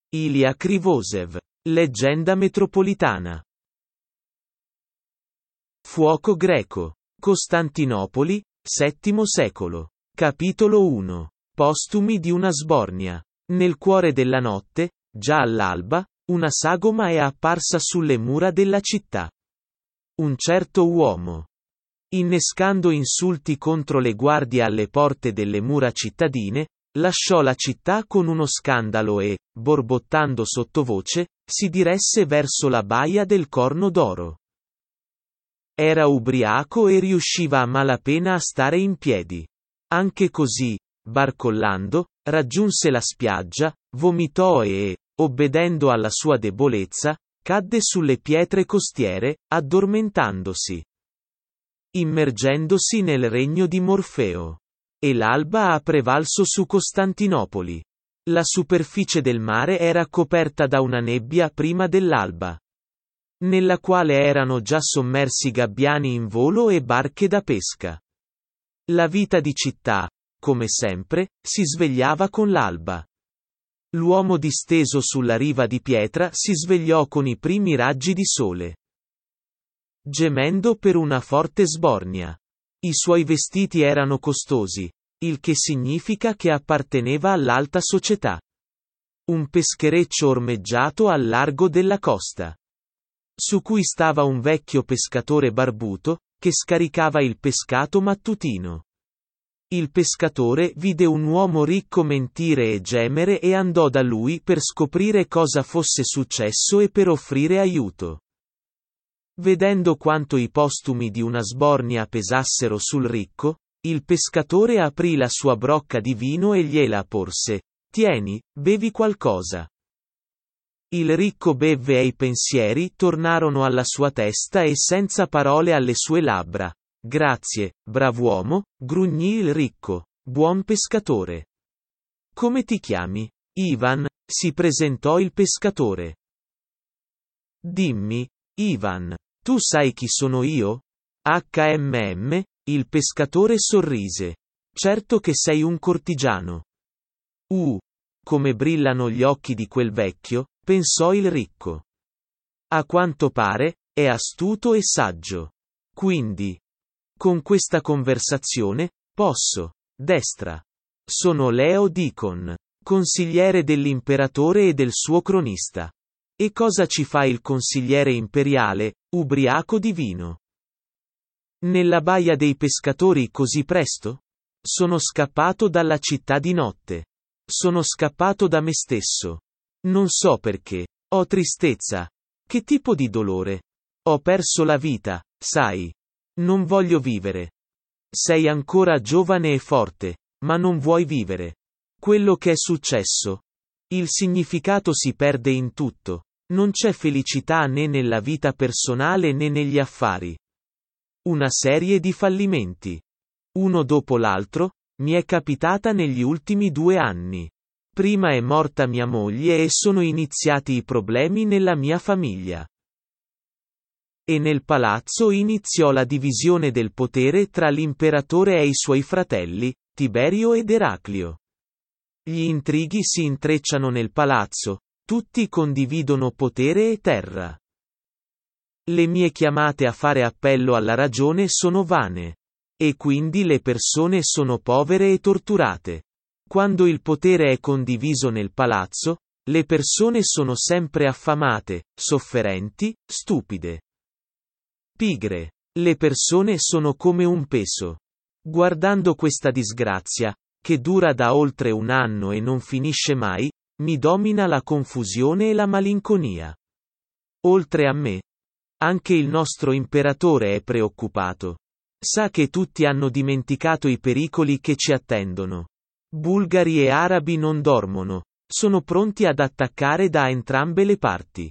Ilya Krivosev. Leggenda metropolitana. Fuoco greco. Costantinopoli, VII secolo. Capitolo 1. Postumi di una sbornia. Nel cuore della notte, già all'alba, una sagoma è apparsa sulle mura della città. Un certo uomo, innescando insulti contro le guardie alle porte delle mura cittadine, lasciò la città con uno scandalo e, borbottando sottovoce, si diresse verso la baia del Corno d'Oro. Era ubriaco e riusciva a malapena a stare in piedi. Anche così, barcollando, raggiunse la spiaggia, vomitò e, obbedendo alla sua debolezza, cadde sulle pietre costiere, addormentandosi. Immergendosi nel regno di Morfeo. E l'alba ha prevalso su Costantinopoli. La superficie del mare era coperta da una nebbia prima dell'alba, nella quale erano già sommersi gabbiani in volo e barche da pesca. La vita di città, come sempre, si svegliava con l'alba. L'uomo disteso sulla riva di pietra si svegliò con i primi raggi di sole, gemendo per una forte sbornia. I suoi vestiti erano costosi, il che significa che apparteneva all'alta società. Un peschereccio ormeggiato al largo della costa, su cui stava un vecchio pescatore barbuto, che scaricava il pescato mattutino. Il pescatore vide un uomo ricco mentire e gemere e andò da lui per scoprire cosa fosse successo e per offrire aiuto. Vedendo quanto i postumi di una sbornia pesassero sul ricco, il pescatore aprì la sua brocca di vino e gliela porse. Tieni, bevi qualcosa. Il ricco bevve e i pensieri tornarono alla sua testa e senza parole alle sue labbra. Grazie, brav'uomo, grugnì il ricco, buon pescatore. Come ti chiami? Ivan, si presentò il pescatore. Dimmi, Ivan, tu sai chi sono io? Il pescatore sorrise. Certo che sei un cortigiano. Come brillano gli occhi di quel vecchio, pensò il ricco. A quanto pare, è astuto e saggio. Quindi, con questa conversazione, posso. Destra. Sono Leo Dicon, consigliere dell'imperatore e del suo cronista. E cosa ci fa il consigliere imperiale, ubriaco di vino? Nella baia dei pescatori così presto? Sono scappato dalla città di notte. Sono scappato da me stesso. Non so perché. Ho tristezza. Che tipo di dolore? Ho perso la vita, sai. Non voglio vivere. Sei ancora giovane e forte, ma non vuoi vivere. Quello che è successo. Il significato si perde in tutto. Non c'è felicità né nella vita personale né negli affari. Una serie di fallimenti. Uno dopo l'altro, mi è capitata negli ultimi 2 anni. Prima è morta mia moglie e sono iniziati i problemi nella mia famiglia. E nel palazzo iniziò la divisione del potere tra l'imperatore e i suoi fratelli, Tiberio ed Eraclio. Gli intrighi si intrecciano nel palazzo, tutti condividono potere e terra. Le mie chiamate a fare appello alla ragione sono vane. E quindi le persone sono povere e torturate. Quando il potere è condiviso nel palazzo, le persone sono sempre affamate, sofferenti, stupide, pigre. Le persone sono come un peso. Guardando questa disgrazia, che dura da oltre 1 anno e non finisce mai, mi domina la confusione e la malinconia. Oltre a me, anche il nostro imperatore è preoccupato. Sa che tutti hanno dimenticato i pericoli che ci attendono. Bulgari e arabi non dormono, sono pronti ad attaccare da entrambe le parti.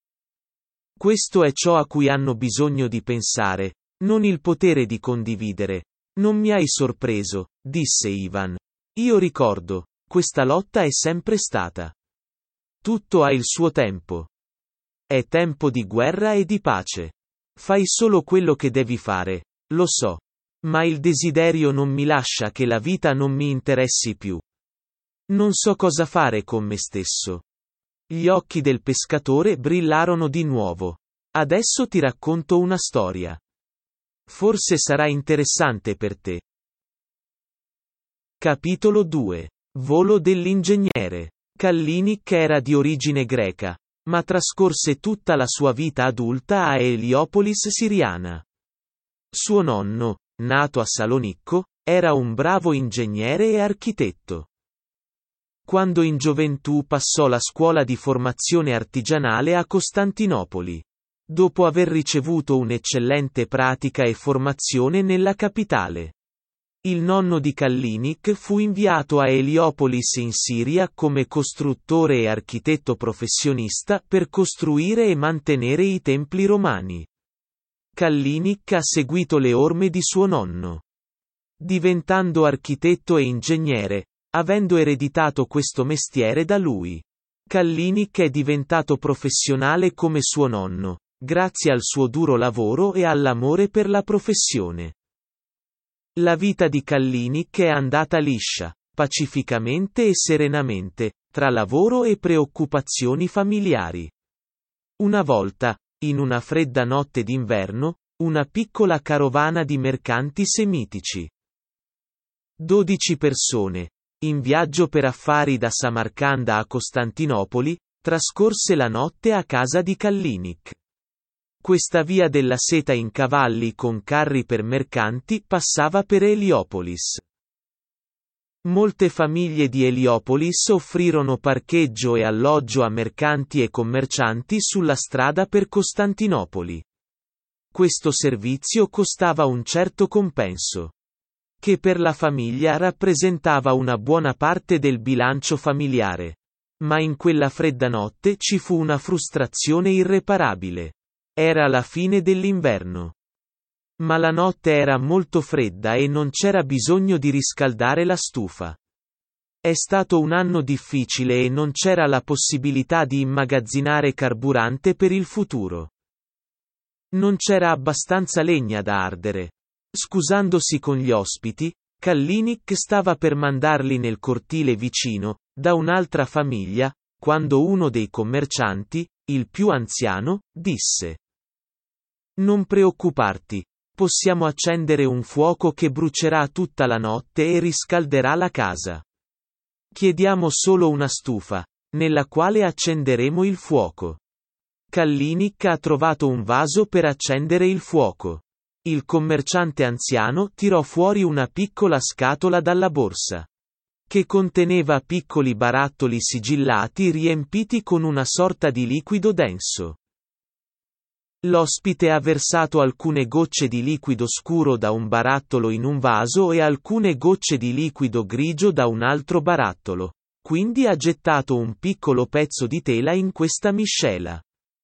Questo è ciò a cui hanno bisogno di pensare, non il potere di condividere. Non mi hai sorpreso, disse Ivan. Io ricordo, questa lotta è sempre stata. Tutto ha il suo tempo. È tempo di guerra e di pace. Fai solo quello che devi fare, lo so. Ma il desiderio non mi lascia che la vita non mi interessi più. Non so cosa fare con me stesso. Gli occhi del pescatore brillarono di nuovo. Adesso ti racconto una storia. Forse sarà interessante per te. Capitolo 2. Volo dell'ingegnere. Kallinik era di origine greca, ma trascorse tutta la sua vita adulta a Heliopolis siriana. Suo nonno, nato a Salonicco, era un bravo ingegnere e architetto. Quando in gioventù passò la scuola di formazione artigianale a Costantinopoli. Dopo aver ricevuto un'eccellente pratica e formazione nella capitale. Il nonno di Kallinik fu inviato a Heliopolis in Siria come costruttore e architetto professionista per costruire e mantenere i templi romani. Kallinik ha seguito le orme di suo nonno. Diventando architetto e ingegnere, avendo ereditato questo mestiere da lui. Kallinik è diventato professionale come suo nonno, grazie al suo duro lavoro e all'amore per la professione. La vita di Kallinik è andata liscia, pacificamente e serenamente, tra lavoro e preoccupazioni familiari. Una volta, in una fredda notte d'inverno, una piccola carovana di mercanti semitici. 12 persone, in viaggio per affari da Samarcanda a Costantinopoli, trascorse la notte a casa di Kallinik. Questa via della seta in cavalli con carri per mercanti passava per Heliopolis. Molte famiglie di Heliopolis offrirono parcheggio e alloggio a mercanti e commercianti sulla strada per Costantinopoli. Questo servizio costava un certo compenso, che per la famiglia rappresentava una buona parte del bilancio familiare. Ma in quella fredda notte ci fu una frustrazione irreparabile. Era la fine dell'inverno. Ma la notte era molto fredda e non c'era bisogno di riscaldare la stufa. È stato un anno difficile e non c'era la possibilità di immagazzinare carburante per il futuro. Non c'era abbastanza legna da ardere. Scusandosi con gli ospiti, Kallinik stava per mandarli nel cortile vicino, da un'altra famiglia, quando uno dei commercianti, il più anziano, disse: «Non preoccuparti, possiamo accendere un fuoco che brucerà tutta la notte e riscalderà la casa. Chiediamo solo una stufa, nella quale accenderemo il fuoco». Kallinik ha trovato un vaso per accendere il fuoco. Il commerciante anziano tirò fuori una piccola scatola dalla borsa, che conteneva piccoli barattoli sigillati riempiti con una sorta di liquido denso. L'ospite ha versato alcune gocce di liquido scuro da un barattolo in un vaso e alcune gocce di liquido grigio da un altro barattolo, quindi ha gettato un piccolo pezzo di tela in questa miscela.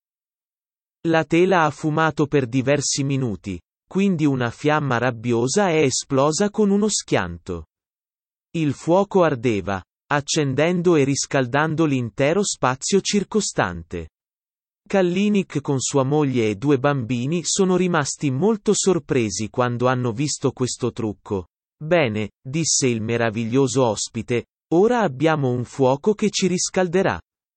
La tela ha fumato per diversi minuti, quindi una fiamma rabbiosa è esplosa con uno schianto. Il fuoco ardeva, accendendo e riscaldando l'intero spazio circostante. Kallinik con sua moglie e 2 bambini sono rimasti molto sorpresi quando hanno visto questo trucco. «Bene», disse il meraviglioso ospite, «ora abbiamo un fuoco che ci riscalderà».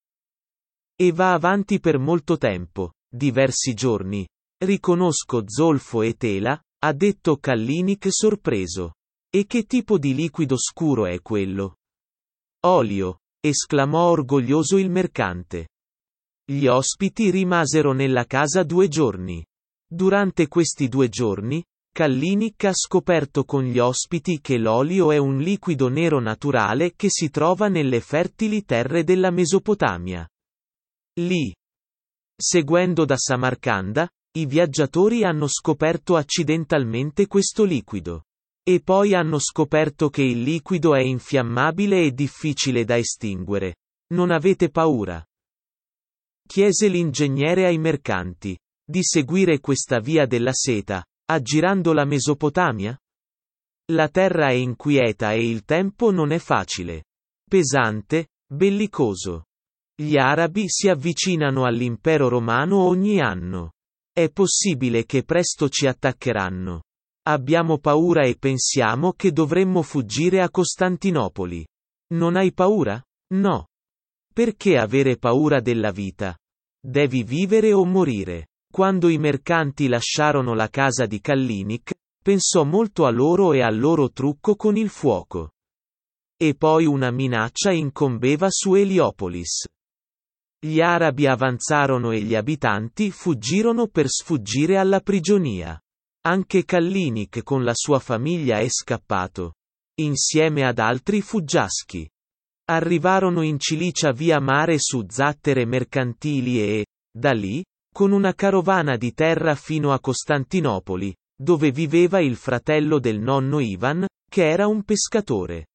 E va avanti per molto tempo, diversi giorni. «Riconosco zolfo e tela», ha detto Kallinik sorpreso. «E che tipo di liquido scuro è quello?» «Olio», esclamò orgoglioso il mercante. Gli ospiti rimasero nella casa 2 giorni. Durante questi 2 giorni, Kallinik ha scoperto con gli ospiti che l'olio è un liquido nero naturale che si trova nelle fertili terre della Mesopotamia. Lì, seguendo da Samarcanda, i viaggiatori hanno scoperto accidentalmente questo liquido. E poi hanno scoperto che il liquido è infiammabile e difficile da estinguere. Non avete paura? Chiese l'ingegnere ai mercanti. Di seguire questa via della seta, aggirando la Mesopotamia? La terra è inquieta e il tempo non è facile. Pesante, bellicoso. Gli arabi si avvicinano all'impero romano ogni anno. È possibile che presto ci attaccheranno. Abbiamo paura e pensiamo che dovremmo fuggire a Costantinopoli. Non hai paura? No. Perché avere paura della vita? Devi vivere o morire. Quando i mercanti lasciarono la casa di Kalinic, pensò molto a loro e al loro trucco con il fuoco. E poi una minaccia incombeva su Heliopolis. Gli arabi avanzarono e gli abitanti fuggirono per sfuggire alla prigionia. Anche Kalinic con la sua famiglia è scappato. Insieme ad altri fuggiaschi. Arrivarono in Cilicia via mare su zattere mercantili e, da lì, con una carovana di terra fino a Costantinopoli, dove viveva il fratello del nonno Ivan, che era un pescatore.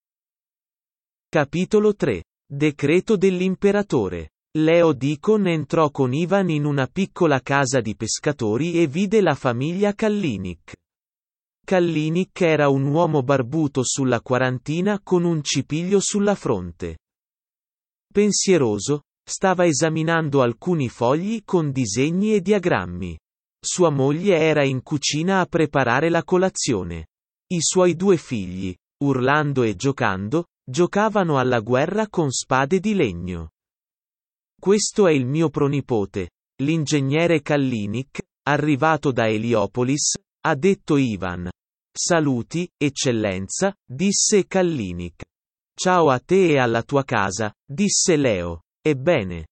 Capitolo 3. Decreto dell'imperatore. Leo Dicon entrò con Ivan in una piccola casa di pescatori e vide la famiglia Kalinic. Kalinic era un uomo barbuto sulla quarantina con un cipiglio sulla fronte. Pensieroso, stava esaminando alcuni fogli con disegni e diagrammi. Sua moglie era in cucina a preparare la colazione. I suoi 2 figli, urlando e giocando, giocavano alla guerra con spade di legno. Questo è il mio pronipote, l'ingegnere Kalinic, arrivato da Heliopolis, ha detto Ivan. Saluti, eccellenza, disse Kalinic. Ciao a te e alla tua casa, disse Leo. Ebbene.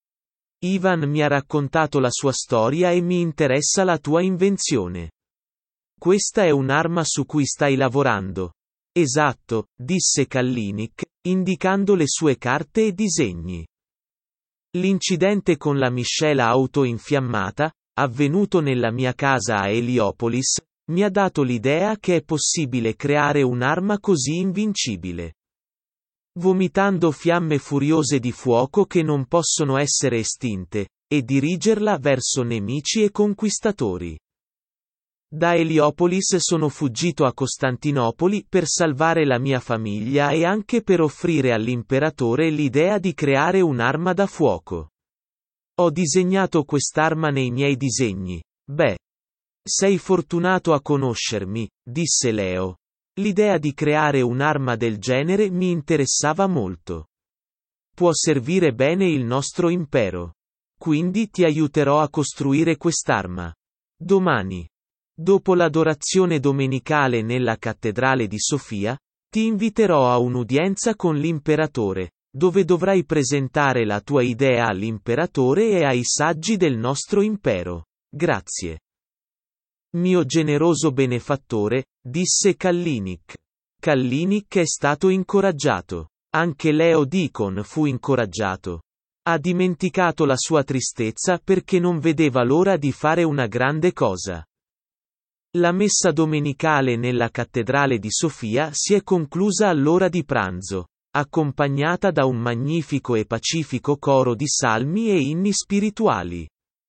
Ivan mi ha raccontato la sua storia e mi interessa la tua invenzione. Questa è un'arma su cui stai lavorando. Esatto, disse Kalinic, indicando le sue carte e disegni. L'incidente con la miscela autoinfiammata, avvenuto nella mia casa a Heliopolis, mi ha dato l'idea che è possibile creare un'arma così invincibile. Vomitando fiamme furiose di fuoco che non possono essere estinte, e dirigerla verso nemici e conquistatori. Da Heliopolis sono fuggito a Costantinopoli per salvare la mia famiglia e anche per offrire all'imperatore l'idea di creare un'arma da fuoco. Ho disegnato quest'arma nei miei disegni. Beh. Sei fortunato a conoscermi, disse Leo. L'idea di creare un'arma del genere mi interessava molto. Può servire bene il nostro impero. Quindi ti aiuterò a costruire quest'arma. Domani. Dopo l'adorazione domenicale nella cattedrale di Sofia, ti inviterò a un'udienza con l'imperatore, dove dovrai presentare la tua idea all'imperatore e ai saggi del nostro impero. Grazie. Mio generoso benefattore, disse Kalinic. Kalinic è stato incoraggiato. Anche Leo Dicon fu incoraggiato. Ha dimenticato la sua tristezza perché non vedeva l'ora di fare una grande cosa. La messa domenicale nella cattedrale di Sofia si è conclusa all'ora di pranzo, accompagnata da un magnifico e pacifico coro di salmi e inni spirituali.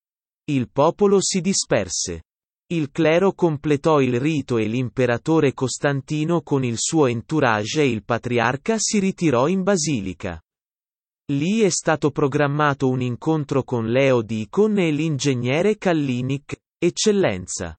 Il popolo si disperse. Il clero completò il rito e l'imperatore Costantino con il suo entourage e il patriarca si ritirò in basilica. Lì è stato programmato un incontro con Leo Dicon e l'ingegnere Kalinic, eccellenza.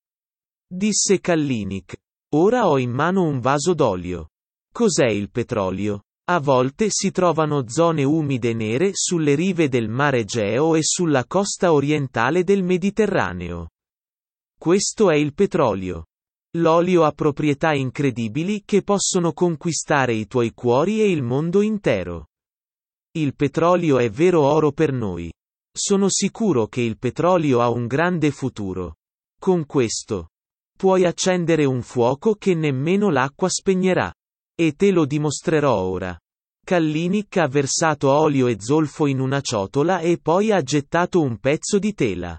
Disse Kalinic. Ora ho in mano un vaso d'olio. Cos'è il petrolio? A volte si trovano zone umide nere sulle rive del Mar Egeo e sulla costa orientale del Mediterraneo. Questo è il petrolio. L'olio ha proprietà incredibili che possono conquistare i tuoi cuori e il mondo intero. Il petrolio è vero oro per noi. Sono sicuro che il petrolio ha un grande futuro. Con questo puoi accendere un fuoco che nemmeno l'acqua spegnerà. E te lo dimostrerò ora. Kalinic ha versato olio e zolfo in una ciotola e poi ha gettato un pezzo di tela.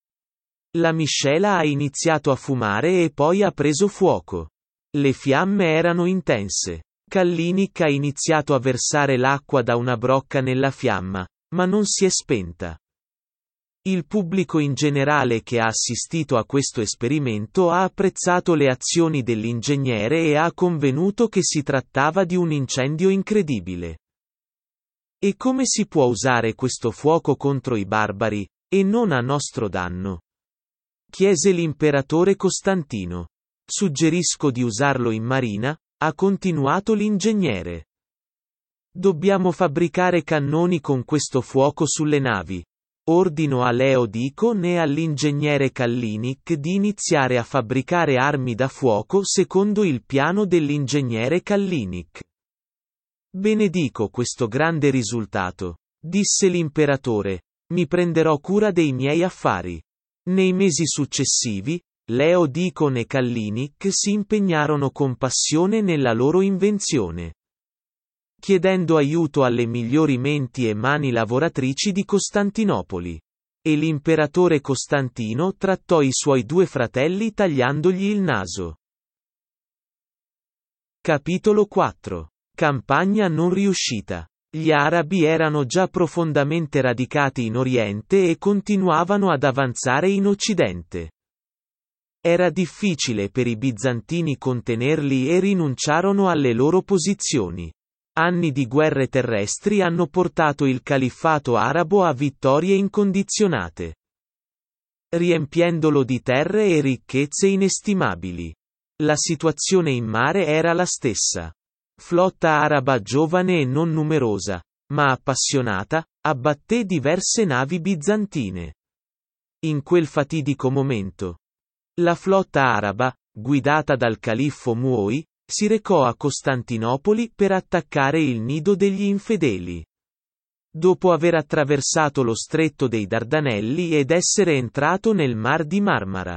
La miscela ha iniziato a fumare e poi ha preso fuoco. Le fiamme erano intense. Kalinic ha iniziato a versare l'acqua da una brocca nella fiamma, ma non si è spenta. Il pubblico in generale che ha assistito a questo esperimento ha apprezzato le azioni dell'ingegnere e ha convenuto che si trattava di un incendio incredibile. E come si può usare questo fuoco contro i barbari, e non a nostro danno? Chiese l'imperatore Costantino. Suggerisco di usarlo in marina, ha continuato l'ingegnere. Dobbiamo fabbricare cannoni con questo fuoco sulle navi. Ordino a Leo Deacon e all'ingegnere Kallinick di iniziare a fabbricare armi da fuoco secondo il piano dell'ingegnere Kallinick. Benedico questo grande risultato, disse l'imperatore. Mi prenderò cura dei miei affari. Nei mesi successivi, Leo Deacon e Kallinick si impegnarono con passione nella loro invenzione, chiedendo aiuto alle migliori menti e mani lavoratrici di Costantinopoli. E l'imperatore Costantino trattò i suoi due fratelli tagliandogli il naso. Capitolo 4. Campagna non riuscita. Gli arabi erano già profondamente radicati in Oriente e continuavano ad avanzare in Occidente. Era difficile per i bizantini contenerli e rinunciarono alle loro posizioni. Anni di guerre terrestri hanno portato il califfato arabo a vittorie incondizionate, riempiendolo di terre e ricchezze inestimabili. La situazione in mare era la stessa. Flotta araba giovane e non numerosa, ma appassionata, abbatté diverse navi bizantine. In quel fatidico momento, la flotta araba, guidata dal califfo Muoi, si recò a Costantinopoli per attaccare il nido degli infedeli. Dopo aver attraversato lo stretto dei Dardanelli ed essere entrato nel Mar di Marmara,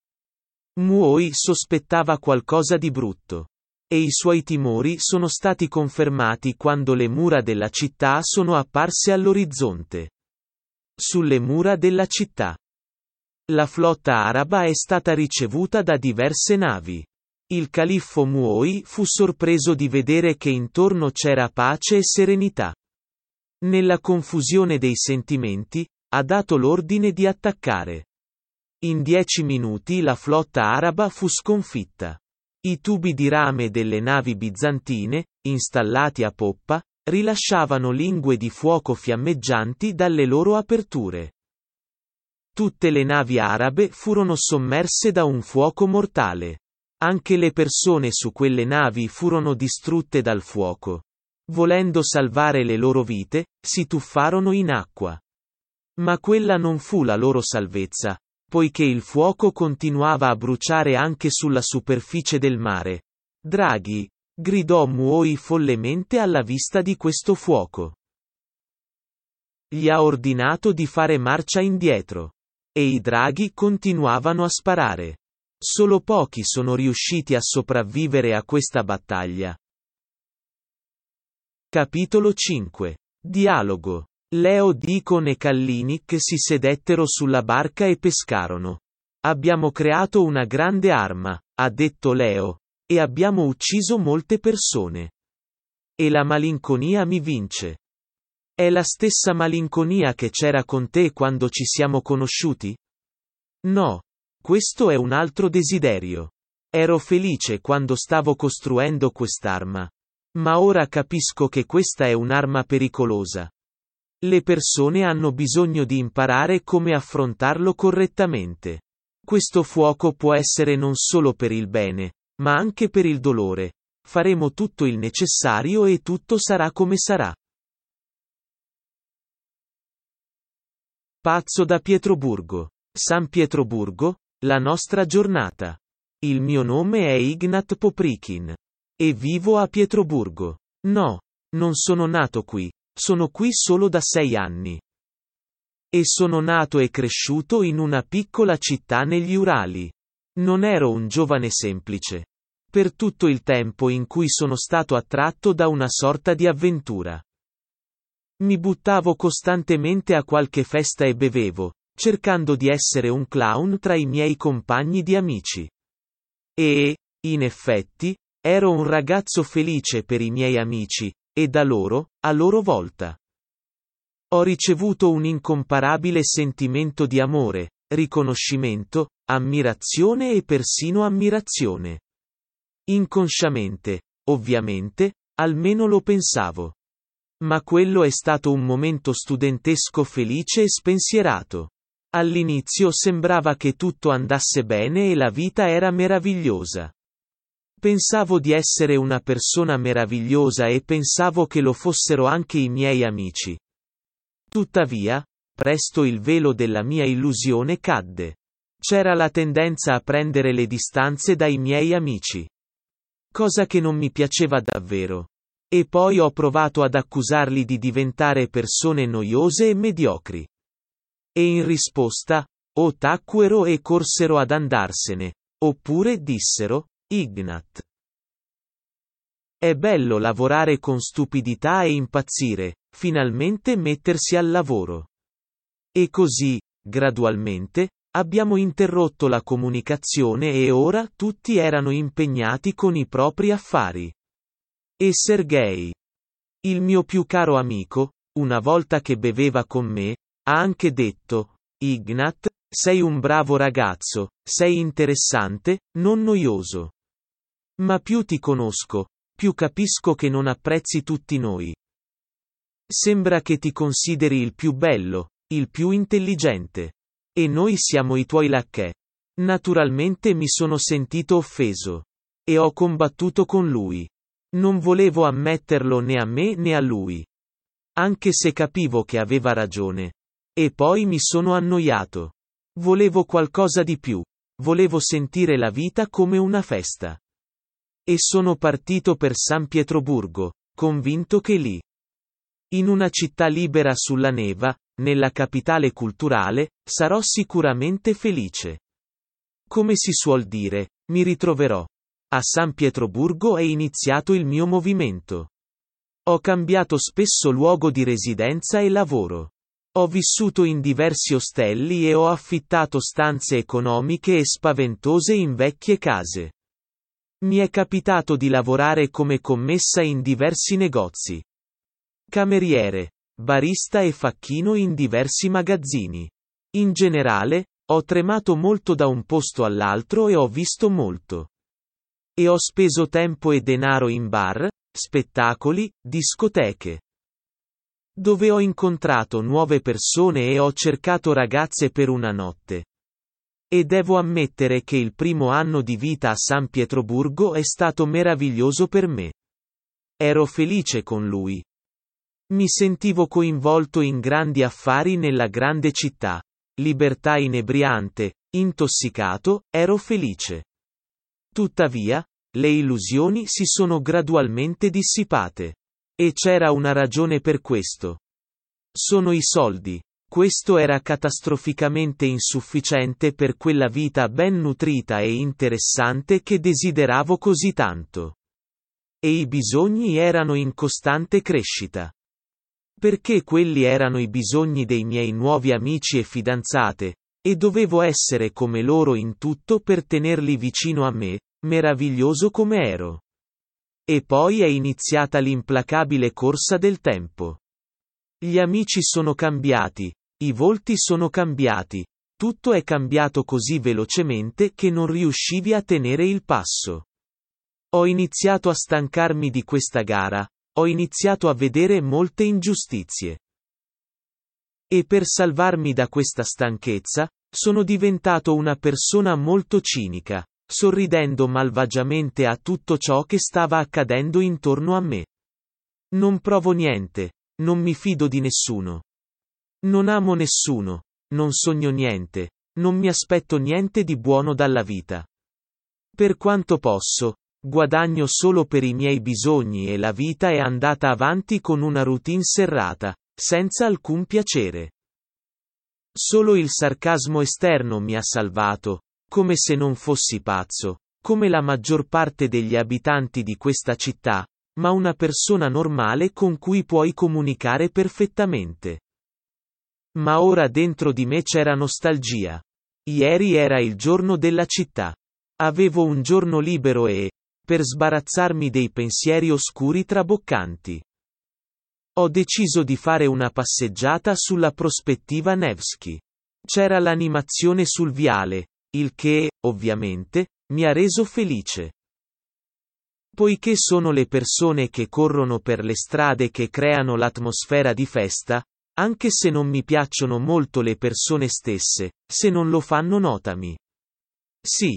Muoi sospettava qualcosa di brutto. E i suoi timori sono stati confermati quando le mura della città sono apparse all'orizzonte. Sulle mura della città, la flotta araba è stata ricevuta da diverse navi. Il califfo Muoi fu sorpreso di vedere che intorno c'era pace e serenità. Nella confusione dei sentimenti, ha dato l'ordine di attaccare. In 10 minuti la flotta araba fu sconfitta. I tubi di rame delle navi bizantine, installati a poppa, rilasciavano lingue di fuoco fiammeggianti dalle loro aperture. Tutte le navi arabe furono sommerse da un fuoco mortale. Anche le persone su quelle navi furono distrutte dal fuoco. Volendo salvare le loro vite, si tuffarono in acqua. Ma quella non fu la loro salvezza, poiché il fuoco continuava a bruciare anche sulla superficie del mare. Draghi, gridò Muoi follemente alla vista di questo fuoco. Gli ha ordinato di fare marcia indietro. E i draghi continuavano a sparare. Solo pochi sono riusciti a sopravvivere a questa battaglia. Capitolo 5. Dialogo. Leo Deacon e Kallinick si sedettero sulla barca e pescarono. Abbiamo creato una grande arma, ha detto Leo, e abbiamo ucciso molte persone. E la malinconia mi vince. È la stessa malinconia che c'era con te quando ci siamo conosciuti? No. Questo è un altro desiderio. Ero felice quando stavo costruendo quest'arma. Ma ora capisco che questa è un'arma pericolosa. Le persone hanno bisogno di imparare come affrontarlo correttamente. Questo fuoco può essere non solo per il bene, ma anche per il dolore. Faremo tutto il necessario e tutto sarà come sarà. Pazzo da Pietroburgo. San Pietroburgo, la nostra giornata. Il mio nome è Ignat Poprikin. E vivo a Pietroburgo. No, non sono nato qui, sono qui solo da 6 anni. E sono nato e cresciuto in una piccola città negli Urali. Non ero un giovane semplice. Per tutto il tempo in cui sono stato attratto da una sorta di avventura. Mi buttavo costantemente a qualche festa e bevevo, cercando di essere un clown tra i miei compagni di amici. E, in effetti, ero un ragazzo felice per i miei amici, e da loro, a loro volta. Ho ricevuto un incomparabile sentimento di amore, riconoscimento, ammirazione e persino ammirazione. Inconsciamente, ovviamente, almeno lo pensavo. Ma quello è stato un momento studentesco felice e spensierato. All'inizio sembrava che tutto andasse bene e la vita era meravigliosa. Pensavo di essere una persona meravigliosa e pensavo che lo fossero anche i miei amici. Tuttavia, presto il velo della mia illusione cadde. C'era la tendenza a prendere le distanze dai miei amici. Cosa che non mi piaceva davvero. E poi ho provato ad accusarli di diventare persone noiose e mediocri. E in risposta, o tacquero e corsero ad andarsene, oppure dissero, Ignat. È bello lavorare con stupidità e impazzire, finalmente mettersi al lavoro. E così, gradualmente, abbiamo interrotto la comunicazione e ora tutti erano impegnati con i propri affari. E Sergei, il mio più caro amico, una volta che beveva con me, ha anche detto, Ignat, sei un bravo ragazzo, sei interessante, non noioso. Ma più ti conosco, più capisco che non apprezzi tutti noi. Sembra che ti consideri il più bello, il più intelligente. E noi siamo i tuoi lacchè. Naturalmente mi sono sentito offeso. E ho combattuto con lui. Non volevo ammetterlo né a me né a lui. Anche se capivo che aveva ragione. E poi mi sono annoiato. Volevo qualcosa di più. Volevo sentire la vita come una festa. E sono partito per San Pietroburgo, convinto che lì, in una città libera sulla neva, nella capitale culturale, sarò sicuramente felice. Come si suol dire, mi ritroverò. A San Pietroburgo è iniziato il mio movimento. Ho cambiato spesso luogo di residenza e lavoro. Ho vissuto in diversi ostelli e ho affittato stanze economiche e spaventose in vecchie case. Mi è capitato di lavorare come commessa in diversi negozi. Cameriere, barista e facchino in diversi magazzini. In generale, ho tremato molto da un posto all'altro e ho visto molto. E ho speso tempo e denaro in bar, spettacoli, discoteche. Dove ho incontrato nuove persone e ho cercato ragazze per una notte. E devo ammettere che il primo anno di vita a San Pietroburgo è stato meraviglioso per me. Ero felice con lui. Mi sentivo coinvolto in grandi affari nella grande città. Libertà inebriante, intossicato, ero felice. Tuttavia, le illusioni si sono gradualmente dissipate. E c'era una ragione per questo. Sono i soldi. Questo era catastroficamente insufficiente per quella vita ben nutrita e interessante che desideravo così tanto. E i bisogni erano in costante crescita. Perché quelli erano i bisogni dei miei nuovi amici e fidanzate, e dovevo essere come loro in tutto per tenerli vicino a me, meraviglioso come ero. E poi è iniziata l'implacabile corsa del tempo. Gli amici sono cambiati. I volti sono cambiati, tutto è cambiato così velocemente che non riuscivi a tenere il passo. Ho iniziato a stancarmi di questa gara, ho iniziato a vedere molte ingiustizie. E per salvarmi da questa stanchezza, sono diventato una persona molto cinica, sorridendo malvagiamente a tutto ciò che stava accadendo intorno a me. Non provo niente, non mi fido di nessuno. Non amo nessuno, non sogno niente, non mi aspetto niente di buono dalla vita. Per quanto posso, guadagno solo per i miei bisogni e la vita è andata avanti con una routine serrata, senza alcun piacere. Solo il sarcasmo esterno mi ha salvato, come se non fossi pazzo, come la maggior parte degli abitanti di questa città, ma una persona normale con cui puoi comunicare perfettamente. Ma ora dentro di me c'era nostalgia. Ieri era il giorno della città. Avevo un giorno libero e, per sbarazzarmi dei pensieri oscuri traboccanti, ho deciso di fare una passeggiata sulla prospettiva Nevsky. C'era l'animazione sul viale, il che, ovviamente, mi ha reso felice. Poiché sono le persone che corrono per le strade che creano l'atmosfera di festa, anche se non mi piacciono molto le persone stesse, se non lo fanno notami. Sì.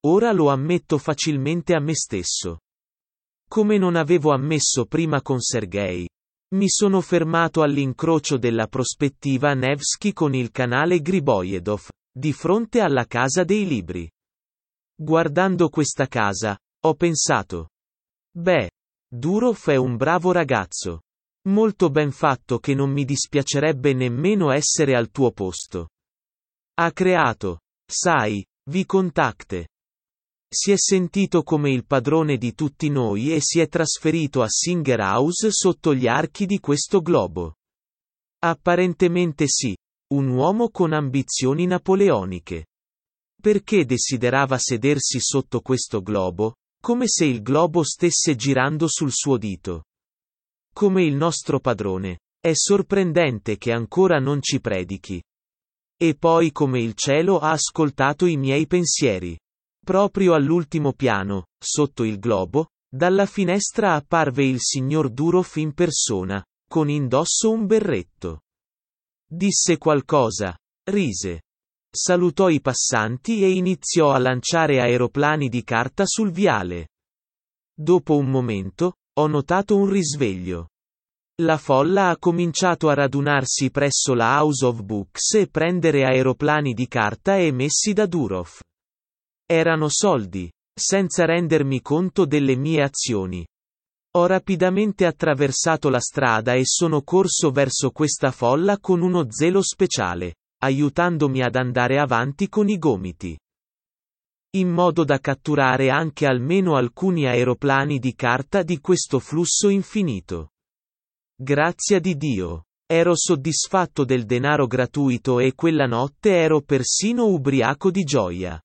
ora lo ammetto facilmente a me stesso. Come non avevo ammesso prima con Sergei. Mi sono fermato all'incrocio della prospettiva Nevsky con il canale Gribojedov, di fronte alla Casa dei Libri. Guardando questa casa, ho pensato. Beh, Durov è un bravo ragazzo. Molto ben fatto che non mi dispiacerebbe nemmeno essere al tuo posto. Ha creato, sai, VKontakte. Si è sentito come il padrone di tutti noi e si è trasferito a Singer House sotto gli archi di questo globo. Apparentemente sì, un uomo con ambizioni napoleoniche. Perché desiderava sedersi sotto questo globo, come se il globo stesse girando sul suo dito. Come il nostro padrone, è sorprendente che ancora non ci predichi. E poi come il cielo ha ascoltato i miei pensieri. Proprio all'ultimo piano, sotto il globo, dalla finestra apparve il signor Durov in persona, con indosso un berretto. Disse qualcosa, rise. Salutò i passanti e iniziò a lanciare aeroplani di carta sul viale. Dopo un momento, ho notato un risveglio. La folla ha cominciato a radunarsi presso la House of Books e prendere aeroplani di carta emessi da Durov. Erano soldi, senza rendermi conto delle mie azioni. Ho rapidamente attraversato la strada e sono corso verso questa folla con uno zelo speciale, aiutandomi ad andare avanti con i gomiti. In modo da catturare anche almeno alcuni aeroplani di carta di questo flusso infinito. Grazia di Dio. Ero soddisfatto del denaro gratuito e quella notte ero persino ubriaco di gioia.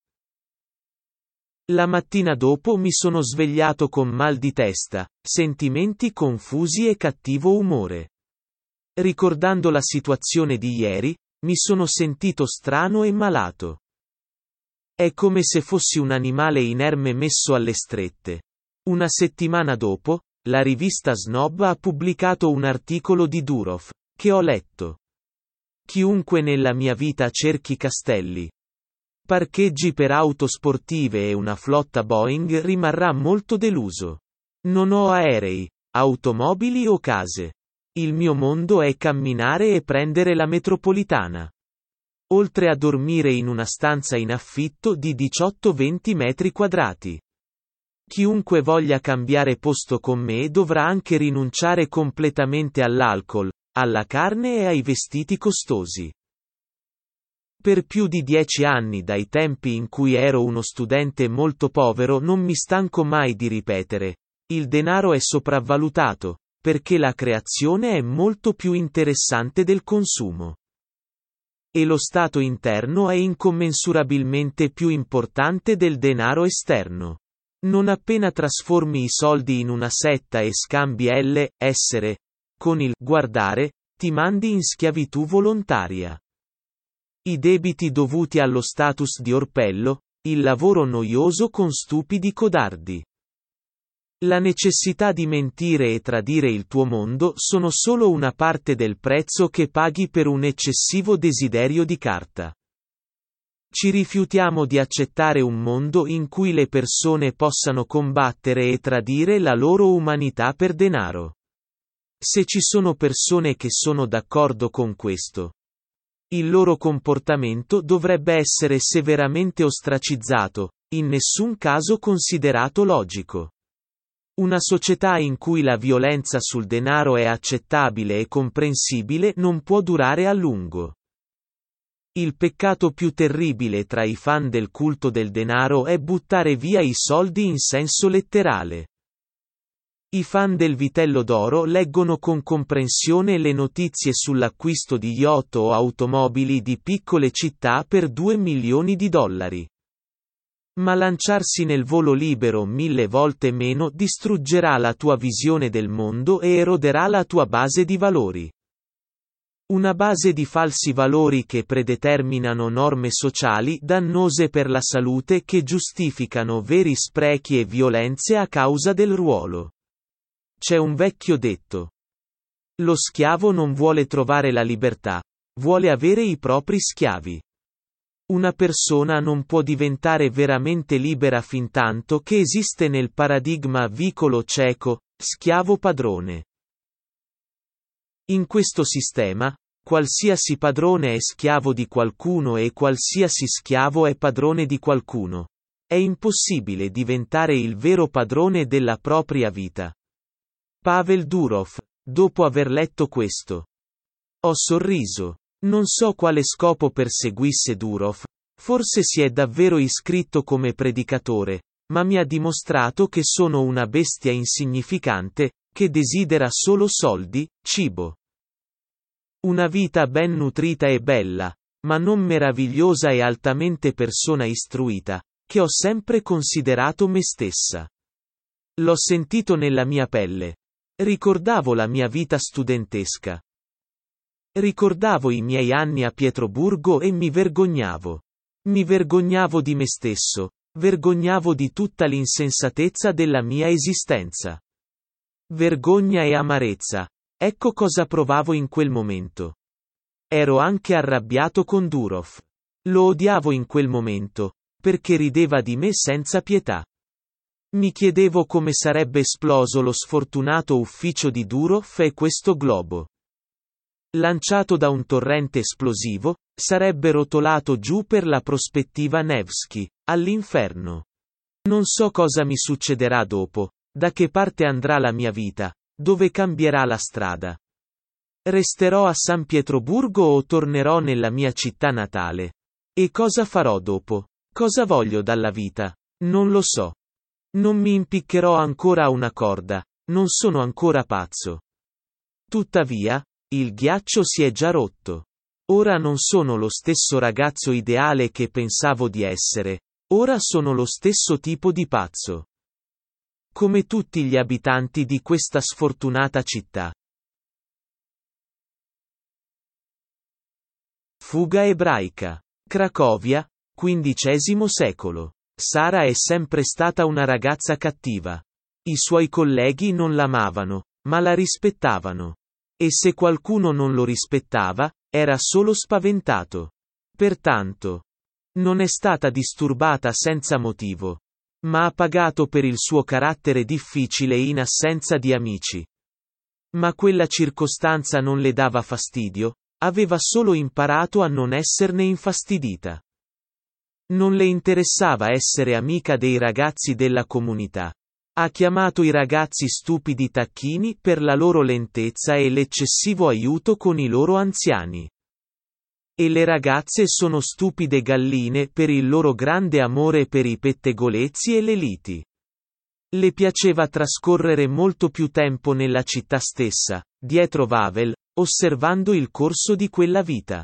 La mattina dopo mi sono svegliato con mal di testa, sentimenti confusi e cattivo umore. Ricordando la situazione di ieri, mi sono sentito strano e malato. È come se fossi un animale inerme messo alle strette. Una settimana dopo, la rivista Snob ha pubblicato un articolo di Durov, che ho letto. Chiunque nella mia vita cerchi castelli, parcheggi per auto sportive e una flotta Boeing rimarrà molto deluso. Non ho aerei, automobili o case. Il mio mondo è camminare e prendere la metropolitana. Oltre a dormire in una stanza in affitto di 18-20 metri quadrati. Chiunque voglia cambiare posto con me dovrà anche rinunciare completamente all'alcol, alla carne e ai vestiti costosi. Per più di 10 anni dai tempi in cui ero uno studente molto povero non mi stanco mai di ripetere, il denaro è sopravvalutato, perché la creazione è molto più interessante del consumo. E lo stato interno è incommensurabilmente più importante del denaro esterno. Non appena trasformi i soldi in una setta e scambi essere, con il guardare, ti mandi in schiavitù volontaria. I debiti dovuti allo status di orpello, il lavoro noioso con stupidi codardi. La necessità di mentire e tradire il tuo mondo sono solo una parte del prezzo che paghi per un eccessivo desiderio di carta. Ci rifiutiamo di accettare un mondo in cui le persone possano combattere e tradire la loro umanità per denaro. Se ci sono persone che sono d'accordo con questo, il loro comportamento dovrebbe essere severamente ostracizzato, in nessun caso considerato logico. Una società in cui la violenza sul denaro è accettabile e comprensibile non può durare a lungo. Il peccato più terribile tra i fan del culto del denaro è buttare via i soldi in senso letterale. I fan del vitello d'oro leggono con comprensione le notizie sull'acquisto di yacht o automobili di piccole città per $2 milioni. Ma lanciarsi nel volo libero 1000 volte meno distruggerà la tua visione del mondo e eroderà la tua base di valori. Una base di falsi valori che predeterminano norme sociali dannose per la salute che giustificano veri sprechi e violenze a causa del ruolo. C'è un vecchio detto. Lo schiavo non vuole trovare la libertà, vuole avere i propri schiavi. Una persona non può diventare veramente libera fintanto che esiste nel paradigma vicolo cieco, schiavo padrone. In questo sistema, qualsiasi padrone è schiavo di qualcuno e qualsiasi schiavo è padrone di qualcuno. È impossibile diventare il vero padrone della propria vita. Pavel Durov, dopo aver letto questo. Ho sorriso. Non so quale scopo perseguisse Durov, forse si è davvero iscritto come predicatore, ma mi ha dimostrato che sono una bestia insignificante, che desidera solo soldi, cibo. Una vita ben nutrita e bella, ma non meravigliosa e altamente persona istruita, che ho sempre considerato me stessa. L'ho sentito nella mia pelle. Ricordavo la mia vita studentesca. Ricordavo i miei anni a Pietroburgo e mi vergognavo. Mi vergognavo di me stesso, vergognavo di tutta l'insensatezza della mia esistenza. Vergogna e amarezza. Ecco cosa provavo in quel momento. Ero anche arrabbiato con Durov. Lo odiavo in quel momento, perché rideva di me senza pietà. Mi chiedevo come sarebbe esploso lo sfortunato ufficio di Durov e questo globo. Lanciato da un torrente esplosivo, sarebbe rotolato giù per la prospettiva Nevsky, all'inferno. Non so cosa mi succederà dopo, da che parte andrà la mia vita, dove cambierà la strada. Resterò a San Pietroburgo o tornerò nella mia città natale? E cosa farò dopo? Cosa voglio dalla vita? Non lo so. Non mi impiccherò ancora a una corda, non sono ancora pazzo. Tuttavia, il ghiaccio si è già rotto. Ora non sono lo stesso ragazzo ideale che pensavo di essere, ora sono lo stesso tipo di pazzo. Come tutti gli abitanti di questa sfortunata città. Fuga ebraica. Cracovia, XV secolo. Sara è sempre stata una ragazza cattiva. I suoi colleghi non l'amavano, ma la rispettavano. E se qualcuno non lo rispettava, era solo spaventato. Pertanto, non è stata disturbata senza motivo. Ma ha pagato per il suo carattere difficile in assenza di amici. Ma quella circostanza non le dava fastidio, aveva solo imparato a non esserne infastidita. Non le interessava essere amica dei ragazzi della comunità. Ha chiamato i ragazzi stupidi tacchini per la loro lentezza e l'eccessivo aiuto con i loro anziani. E le ragazze sono stupide galline per il loro grande amore per i pettegolezzi e le liti. Le piaceva trascorrere molto più tempo nella città stessa, dietro Wawel, osservando il corso di quella vita.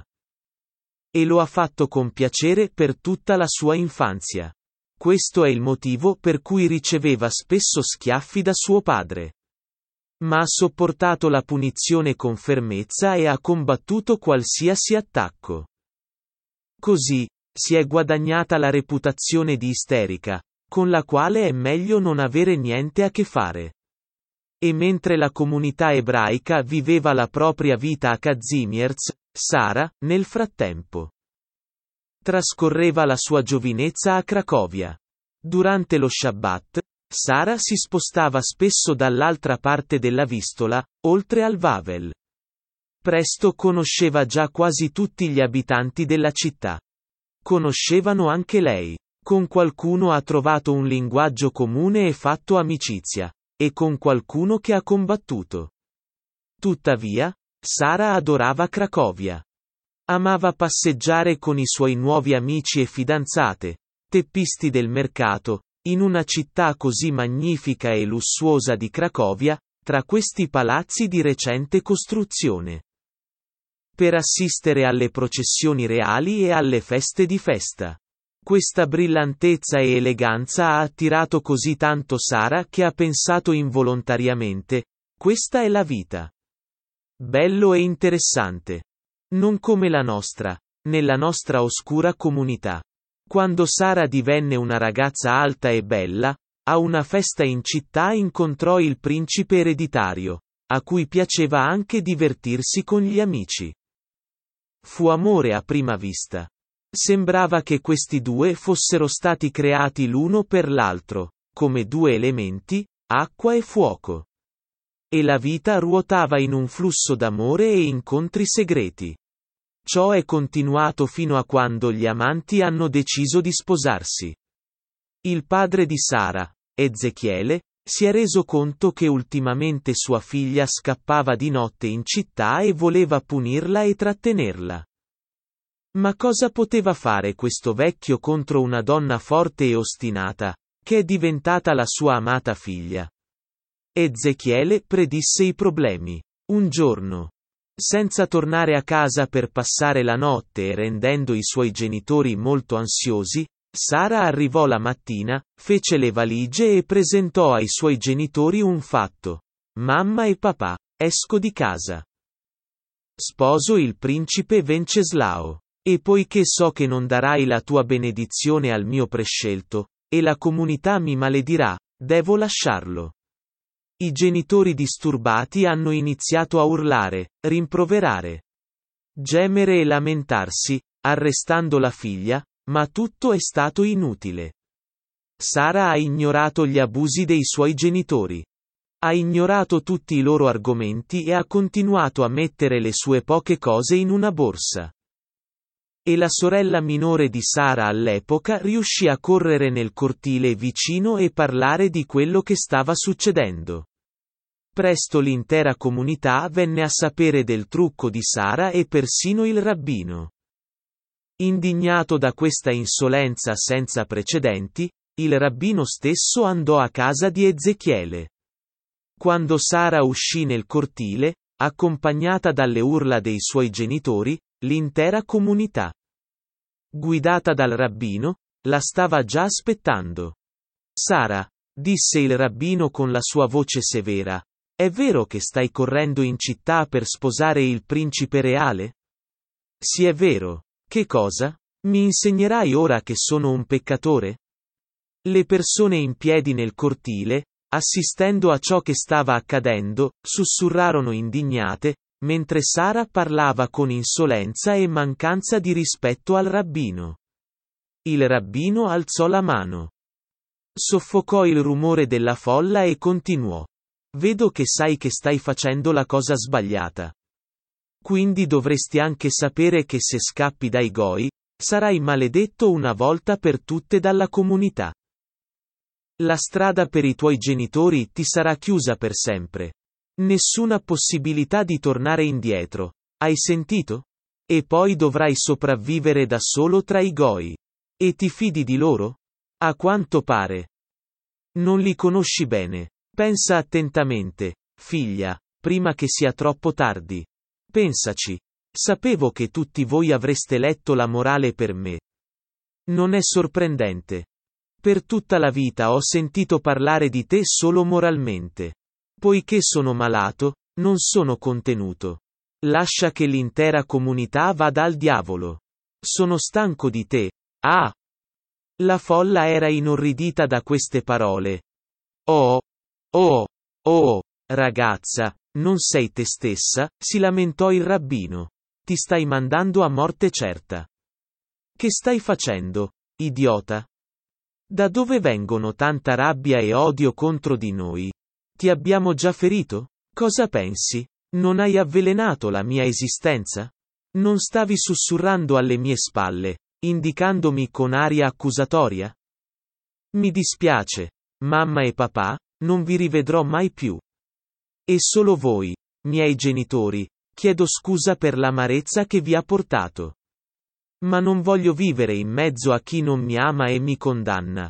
E lo ha fatto con piacere per tutta la sua infanzia. Questo è il motivo per cui riceveva spesso schiaffi da suo padre. Ma ha sopportato la punizione con fermezza e ha combattuto qualsiasi attacco. Così, si è guadagnata la reputazione di isterica, con la quale è meglio non avere niente a che fare. E mentre la comunità ebraica viveva la propria vita a Kazimierz, Sara, nel frattempo, trascorreva la sua giovinezza a Cracovia. Durante lo Shabbat, Sara si spostava spesso dall'altra parte della Vistola, oltre al Wawel. Presto conosceva già quasi tutti gli abitanti della città. Conoscevano anche lei. Con qualcuno ha trovato un linguaggio comune e fatto amicizia, e con qualcuno che ha combattuto. Tuttavia, Sara adorava Cracovia. Amava passeggiare con i suoi nuovi amici e fidanzate, teppisti del mercato, in una città così magnifica e lussuosa di Cracovia, tra questi palazzi di recente costruzione. Per assistere alle processioni reali e alle feste di festa. Questa brillantezza e eleganza ha attirato così tanto Sara che ha pensato involontariamente: questa è la vita. Bello e interessante. Non come la nostra, nella nostra oscura comunità. Quando Sara divenne una ragazza alta e bella, a una festa in città incontrò il principe ereditario, a cui piaceva anche divertirsi con gli amici. Fu amore a prima vista. Sembrava che questi due fossero stati creati l'uno per l'altro, come due elementi, acqua e fuoco. E la vita ruotava in un flusso d'amore e incontri segreti. Ciò è continuato fino a quando gli amanti hanno deciso di sposarsi. Il padre di Sara, Ezechiele, si è reso conto che ultimamente sua figlia scappava di notte in città e voleva punirla e trattenerla. Ma cosa poteva fare questo vecchio contro una donna forte e ostinata, che è diventata la sua amata figlia? Ezechiele predisse i problemi. Un giorno, senza tornare a casa per passare la notte e rendendo i suoi genitori molto ansiosi, Sara arrivò la mattina, fece le valigie e presentò ai suoi genitori un fatto. Mamma e papà, esco di casa. Sposo il principe Venceslao. E poiché so che non darai la tua benedizione al mio prescelto, e la comunità mi maledirà, devo lasciarlo. I genitori disturbati hanno iniziato a urlare, rimproverare, gemere e lamentarsi, arrestando la figlia, ma tutto è stato inutile. Sara ha ignorato gli abusi dei suoi genitori. Ha ignorato tutti i loro argomenti e ha continuato a mettere le sue poche cose in una borsa. E la sorella minore di Sara all'epoca riuscì a correre nel cortile vicino e parlare di quello che stava succedendo. Presto l'intera comunità venne a sapere del trucco di Sara e persino il rabbino. Indignato da questa insolenza senza precedenti, il rabbino stesso andò a casa di Ezechiele. Quando Sara uscì nel cortile, accompagnata dalle urla dei suoi genitori, l'intera comunità, guidata dal rabbino, la stava già aspettando. Sara, disse il rabbino con la sua voce severa, è vero che stai correndo in città per sposare il principe reale? Sì, è vero. Che cosa? Mi insegnerai ora che sono un peccatore? Le persone in piedi nel cortile, assistendo a ciò che stava accadendo, sussurrarono indignate, mentre Sara parlava con insolenza e mancanza di rispetto al rabbino. Il rabbino alzò la mano. Soffocò il rumore della folla e continuò. Vedo che sai che stai facendo la cosa sbagliata. Quindi dovresti anche sapere che se scappi dai Goi, sarai maledetto una volta per tutte dalla comunità. La strada per i tuoi genitori ti sarà chiusa per sempre. Nessuna possibilità di tornare indietro. Hai sentito? E poi dovrai sopravvivere da solo tra i Goi. E ti fidi di loro? A quanto pare. Non li conosci bene. Pensa attentamente, figlia, prima che sia troppo tardi. Pensaci. Sapevo che tutti voi avreste letto la morale per me. Non è sorprendente. Per tutta la vita ho sentito parlare di te solo moralmente. Poiché sono malato, non sono contenuto. Lascia che l'intera comunità vada al diavolo. Sono stanco di te. Ah! La folla era inorridita da queste parole. Oh! Oh! Oh! Ragazza, non sei te stessa, si lamentò il rabbino. Ti stai mandando a morte certa. Che stai facendo, idiota? Da dove vengono tanta rabbia e odio contro di noi? Ti abbiamo già ferito? Cosa pensi? Non hai avvelenato la mia esistenza? Non stavi sussurrando alle mie spalle, indicandomi con aria accusatoria? Mi dispiace, mamma e papà, non vi rivedrò mai più. E solo voi, miei genitori, chiedo scusa per l'amarezza che vi ha portato. Ma non voglio vivere in mezzo a chi non mi ama e mi condanna.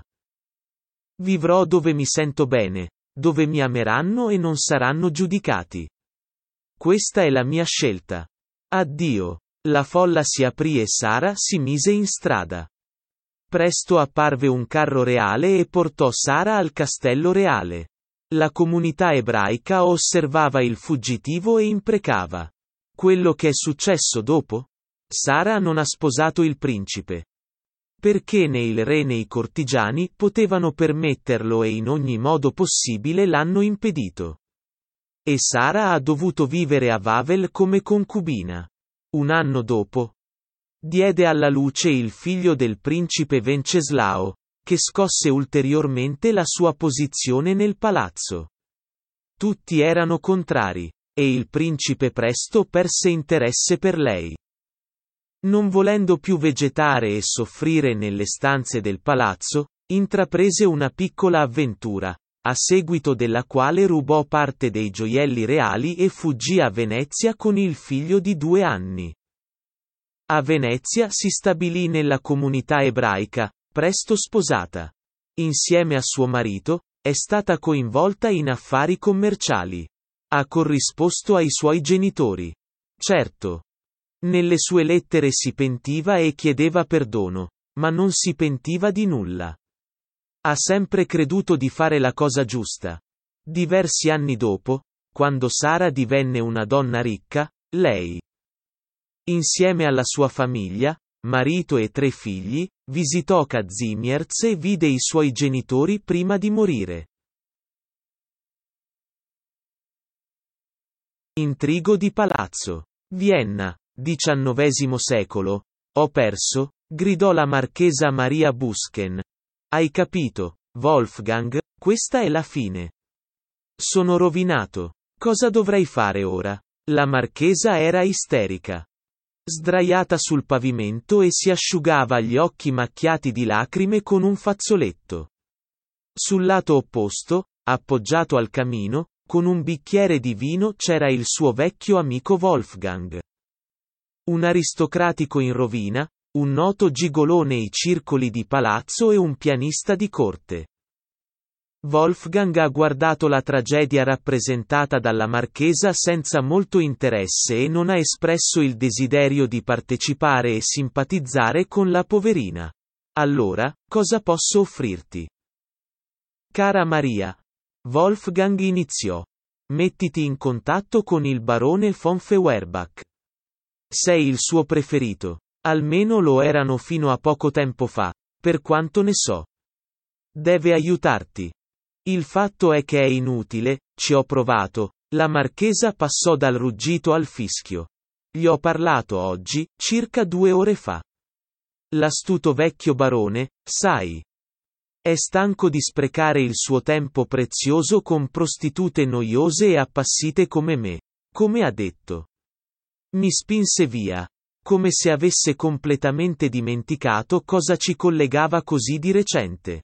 Vivrò dove mi sento bene, dove mi ameranno e non saranno giudicati. Questa è la mia scelta. Addio. La folla si aprì e Sara si mise in strada. Presto apparve un carro reale e portò Sara al castello reale. La comunità ebraica osservava il fuggitivo e imprecava. Quello che è successo dopo? Sara non ha sposato il principe. Perché né il re né i cortigiani potevano permetterlo e in ogni modo possibile l'hanno impedito. E Sara ha dovuto vivere a Wavel come concubina. Un anno dopo, diede alla luce il figlio del principe Venceslao, che scosse ulteriormente la sua posizione nel palazzo. Tutti erano contrari, e il principe presto perse interesse per lei. Non volendo più vegetare e soffrire nelle stanze del palazzo, intraprese una piccola avventura, a seguito della quale rubò parte dei gioielli reali e fuggì a Venezia con il figlio di 2 anni. A Venezia si stabilì nella comunità ebraica, presto sposata. Insieme a suo marito, è stata coinvolta in affari commerciali. Ha corrisposto ai suoi genitori. Certo. Nelle sue lettere si pentiva e chiedeva perdono, ma non si pentiva di nulla. Ha sempre creduto di fare la cosa giusta. Diversi anni dopo, quando Sara divenne una donna ricca, lei, insieme alla sua famiglia, marito e 3 figli, visitò Kazimierz e vide i suoi genitori prima di morire. Intrigo di palazzo. Vienna, XIX secolo. Ho perso, gridò la marchesa Maria Busken. Hai capito, Wolfgang, questa è la fine. Sono rovinato. Cosa dovrei fare ora? La marchesa era isterica. Sdraiata sul pavimento e si asciugava gli occhi macchiati di lacrime con un fazzoletto. Sul lato opposto, appoggiato al camino, con un bicchiere di vino c'era il suo vecchio amico Wolfgang. Un aristocratico in rovina, un noto gigolò nei circoli di palazzo e un pianista di corte. Wolfgang ha guardato la tragedia rappresentata dalla marchesa senza molto interesse e non ha espresso il desiderio di partecipare e simpatizzare con la poverina. Allora, cosa posso offrirti? Cara Maria. Wolfgang iniziò. Mettiti in contatto con il barone von Feuerbach. Sei il suo preferito. Almeno lo erano fino a poco tempo fa, per quanto ne so. Deve aiutarti. Il fatto è che è inutile, ci ho provato, la marchesa passò dal ruggito al fischio. Gli ho parlato oggi, circa 2 ore fa. L'astuto vecchio barone, sai. È stanco di sprecare il suo tempo prezioso con prostitute noiose e appassite come me, come ha detto. Mi spinse via, come se avesse completamente dimenticato cosa ci collegava così di recente.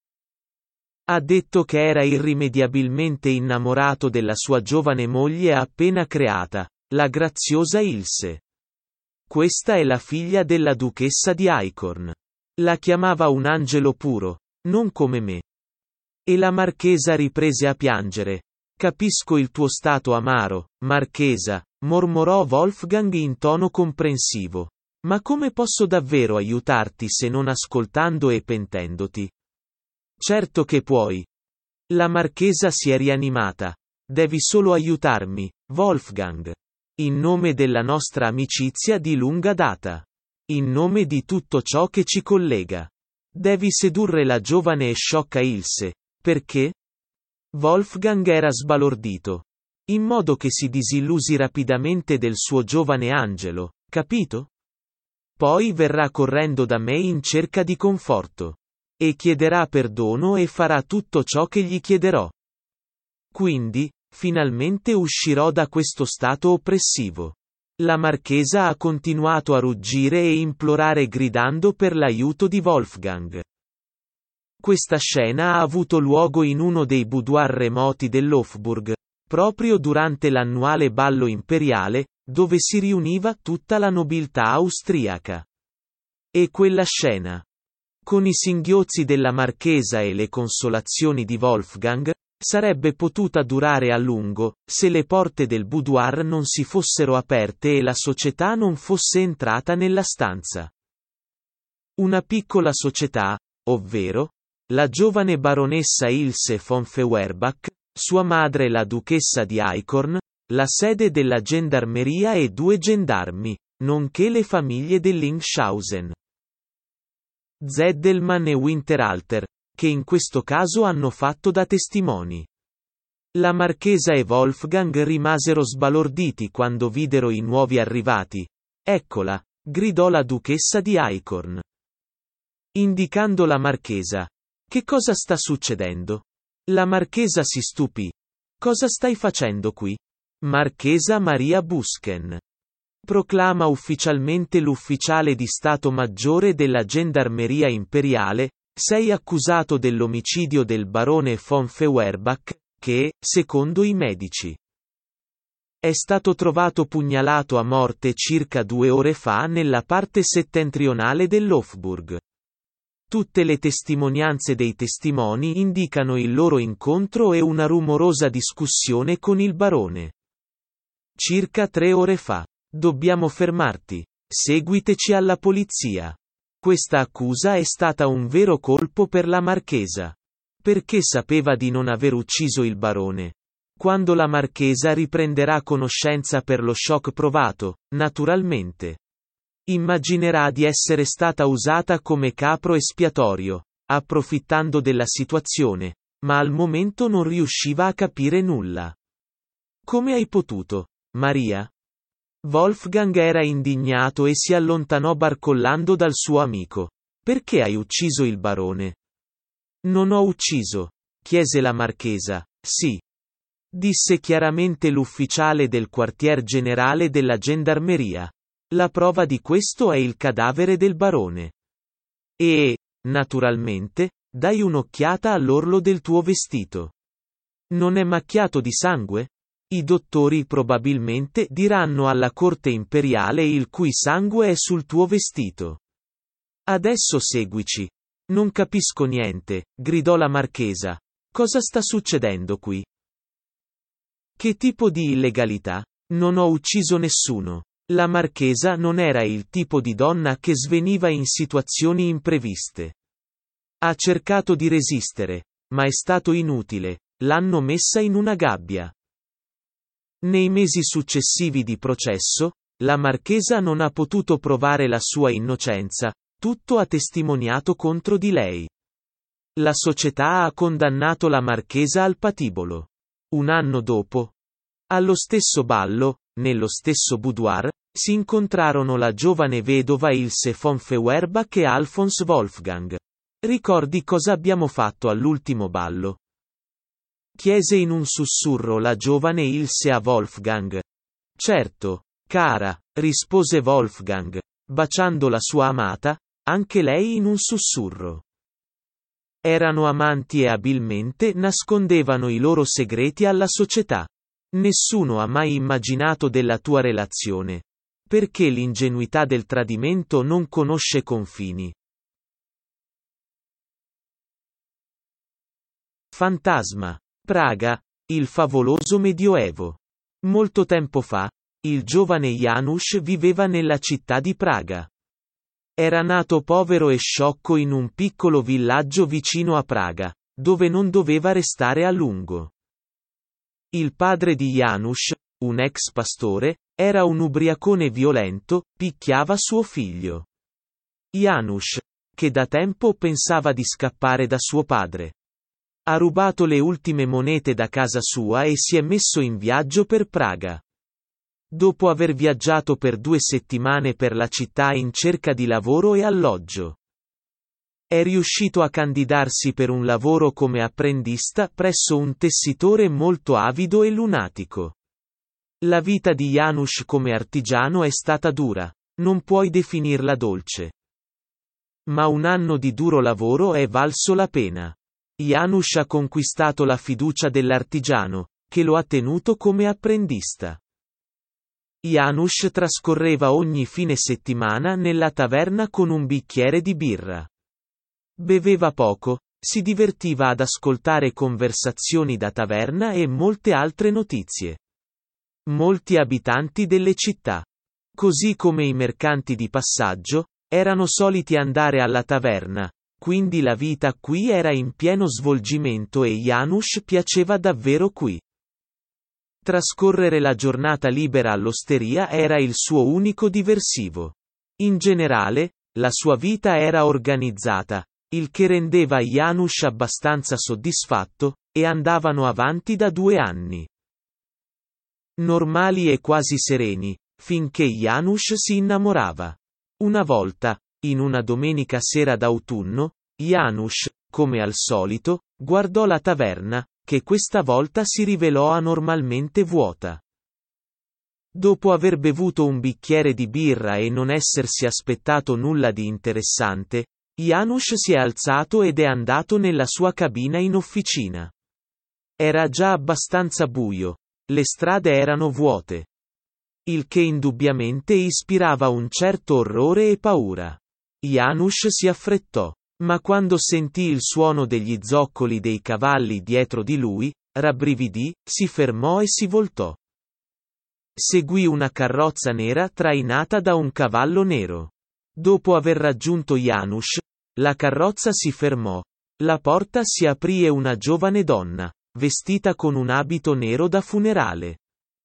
Ha detto che era irrimediabilmente innamorato della sua giovane moglie appena creata, la graziosa Ilse. Questa è la figlia della duchessa di Eichhorn. La chiamava un angelo puro, non come me. E la marchesa riprese a piangere. Capisco il tuo stato amaro, marchesa, mormorò Wolfgang in tono comprensivo. Ma come posso davvero aiutarti se non ascoltando e pentendoti? Certo che puoi. La marchesa si è rianimata. Devi solo aiutarmi, Wolfgang. In nome della nostra amicizia di lunga data. In nome di tutto ciò che ci collega. Devi sedurre la giovane e sciocca Ilse. Perché? Wolfgang era sbalordito. In modo che si disillusi rapidamente del suo giovane angelo, capito? Poi verrà correndo da me in cerca di conforto. E chiederà perdono e farà tutto ciò che gli chiederò. Quindi, finalmente uscirò da questo stato oppressivo. La marchesa ha continuato a ruggire e implorare gridando per l'aiuto di Wolfgang. Questa scena ha avuto luogo in uno dei boudoir remoti dell'Hofburg, proprio durante l'annuale ballo imperiale, dove si riuniva tutta la nobiltà austriaca. E quella scena, con i singhiozzi della marchesa e le consolazioni di Wolfgang, sarebbe potuta durare a lungo, se le porte del boudoir non si fossero aperte e la società non fosse entrata nella stanza. Una piccola società, ovvero, la giovane baronessa Ilse von Feuerbach, sua madre la duchessa di Eichhorn, la sede della gendarmeria e 2 gendarmi, nonché le famiglie dell'Ingshausen. Zeddelmann e Winterhalter, che in questo caso hanno fatto da testimoni. La marchesa e Wolfgang rimasero sbalorditi quando videro i nuovi arrivati. Eccola, Gridò la duchessa di Acorn, indicando la marchesa. Che cosa sta succedendo? La marchesa si stupì. Cosa stai facendo qui? Marchesa Maria Busken. Proclama ufficialmente l'ufficiale di Stato Maggiore della Gendarmeria Imperiale, sei accusato dell'omicidio del barone von Feuerbach, che, secondo i medici, è stato trovato pugnalato a morte circa 2 ore fa nella parte settentrionale dell'Hofburg. Tutte le testimonianze dei testimoni indicano il loro incontro e una rumorosa discussione con il barone. Circa 3 ore fa. Dobbiamo fermarti. Seguiteci alla polizia. Questa accusa è stata un vero colpo per la marchesa. Perché sapeva di non aver ucciso il barone. Quando la marchesa riprenderà conoscenza per lo shock provato, naturalmente, immaginerà di essere stata usata come capro espiatorio, approfittando della situazione, ma al momento non riusciva a capire nulla. Come hai potuto, Maria? Wolfgang era indignato e si allontanò barcollando dal suo amico. Perché hai ucciso il barone? Non ho ucciso, chiese la marchesa. Sì, disse chiaramente l'ufficiale del quartier generale della gendarmeria. La prova di questo è il cadavere del barone. E, naturalmente, dai un'occhiata all'orlo del tuo vestito. Non è macchiato di sangue? I dottori probabilmente diranno alla corte imperiale il cui sangue è sul tuo vestito. Adesso seguici. Non capisco niente, gridò la marchesa. Cosa sta succedendo qui? Che tipo di illegalità? Non ho ucciso nessuno. La marchesa non era il tipo di donna che sveniva in situazioni impreviste. Ha cercato di resistere, ma è stato inutile, l'hanno messa in una gabbia. Nei mesi successivi di processo, la marchesa non ha potuto provare la sua innocenza, tutto ha testimoniato contro di lei. La società ha condannato la marchesa al patibolo. Un anno dopo, allo stesso ballo, nello stesso boudoir, si incontrarono la giovane vedova Ilse von Feuerbach e Alphonse Wolfgang. Ricordi cosa abbiamo fatto all'ultimo ballo? Chiese in un sussurro la giovane Ilse a Wolfgang. Certo, cara, rispose Wolfgang, baciando la sua amata, anche lei in un sussurro. Erano amanti e abilmente nascondevano i loro segreti alla società. Nessuno ha mai immaginato della tua relazione. Perché l'ingenuità del tradimento non conosce confini. Fantasma. Praga, il favoloso Medioevo. Molto tempo fa, il giovane Janusz viveva nella città di Praga. Era nato povero e sciocco in un piccolo villaggio vicino a Praga, dove non doveva restare a lungo. Il padre di Janusz, un ex pastore, era un ubriacone violento, picchiava suo figlio. Janusz, che da tempo pensava di scappare da suo padre. Ha rubato le ultime monete da casa sua e si è messo in viaggio per Praga. Dopo aver viaggiato per 2 settimane per la città in cerca di lavoro e alloggio, è riuscito a candidarsi per un lavoro come apprendista presso un tessitore molto avido e lunatico. La vita di Janusz come artigiano è stata dura, non puoi definirla dolce. Ma un anno di duro lavoro è valso la pena. Janusz ha conquistato la fiducia dell'artigiano, che lo ha tenuto come apprendista. Janusz trascorreva ogni fine settimana nella taverna con un bicchiere di birra. Beveva poco, si divertiva ad ascoltare conversazioni da taverna e molte altre notizie. Molti abitanti delle città, così come i mercanti di passaggio, erano soliti andare alla taverna, quindi la vita qui era in pieno svolgimento e Janusz piaceva davvero qui. Trascorrere la giornata libera all'osteria era il suo unico diversivo. In generale, la sua vita era organizzata, il che rendeva Janusz abbastanza soddisfatto, e andavano avanti da 2 anni. Normali e quasi sereni, finché Janusz si innamorava. Una volta, in una domenica sera d'autunno, Janusz, come al solito, guardò la taverna, che questa volta si rivelò anormalmente vuota. Dopo aver bevuto un bicchiere di birra e non essersi aspettato nulla di interessante, Janusz si è alzato ed è andato nella sua cabina in officina. Era già abbastanza buio. Le strade erano vuote. Il che indubbiamente ispirava un certo orrore e paura. Janusz si affrettò, ma quando sentì il suono degli zoccoli dei cavalli dietro di lui, rabbrividì, si fermò e si voltò. Seguì una carrozza nera trainata da un cavallo nero. Dopo aver raggiunto Janusz, la carrozza si fermò. La porta si aprì e una giovane donna, vestita con un abito nero da funerale,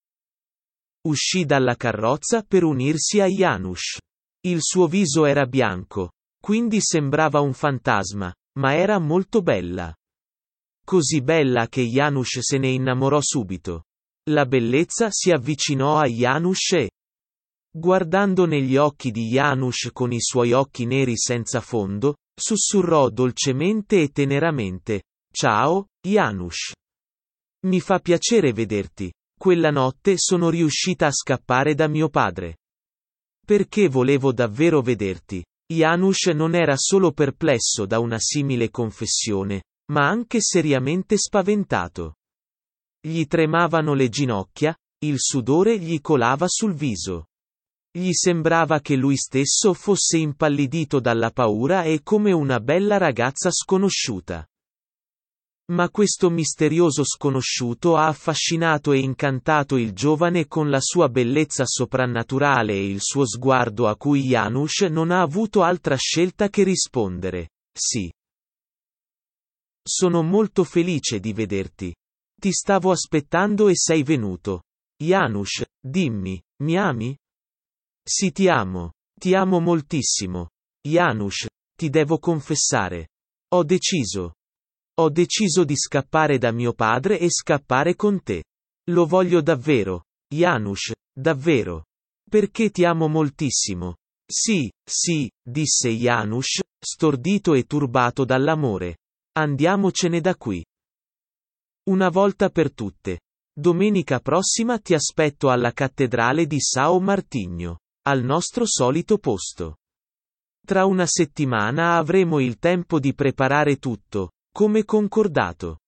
uscì dalla carrozza per unirsi a Janusz. Il suo viso era bianco, quindi sembrava un fantasma, ma era molto bella. Così bella che Janusz se ne innamorò subito. La bellezza si avvicinò a Janusz e, guardando negli occhi di Janusz con i suoi occhi neri senza fondo, sussurrò dolcemente e teneramente: "Ciao, Janusz. Mi fa piacere vederti. Quella notte sono riuscita a scappare da mio padre. Perché volevo davvero vederti." Janusz non era solo perplesso da una simile confessione, ma anche seriamente spaventato. Gli tremavano le ginocchia, il sudore gli colava sul viso. Gli sembrava che lui stesso fosse impallidito dalla paura e come una bella ragazza sconosciuta. Ma questo misterioso sconosciuto ha affascinato e incantato il giovane con la sua bellezza soprannaturale e il suo sguardo a cui Janusz non ha avuto altra scelta che rispondere: "Sì. Sono molto felice di vederti. Ti stavo aspettando e sei venuto. Janusz, dimmi, mi ami?" "Sì, ti amo. Ti amo moltissimo. Janusz, ti devo confessare. Ho deciso. Ho deciso di scappare da mio padre e scappare con te. Lo voglio davvero, Janusz, davvero. Perché ti amo moltissimo." "Sì, sì", disse Janusz, stordito e turbato dall'amore. "Andiamocene da qui. Una volta per tutte. Domenica prossima ti aspetto alla cattedrale di São Martinho, al nostro solito posto. Tra una settimana avremo il tempo di preparare tutto, come concordato.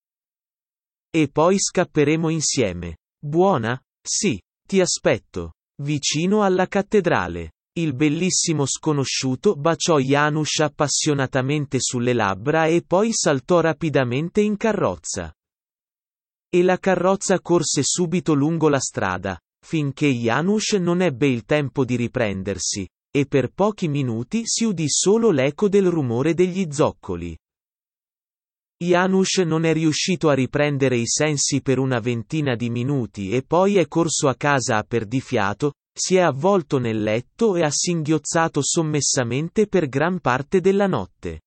E poi scapperemo insieme. Buona? Sì, ti aspetto. Vicino alla cattedrale." Il bellissimo sconosciuto baciò Janusz appassionatamente sulle labbra e poi saltò rapidamente in carrozza. E la carrozza corse subito lungo la strada, finché Janusz non ebbe il tempo di riprendersi, e per pochi minuti si udì solo l'eco del rumore degli zoccoli. Janusz non è riuscito a riprendere i sensi per una ventina di minuti e poi è corso a casa a perdifiato, si è avvolto nel letto e ha singhiozzato sommessamente per gran parte della notte.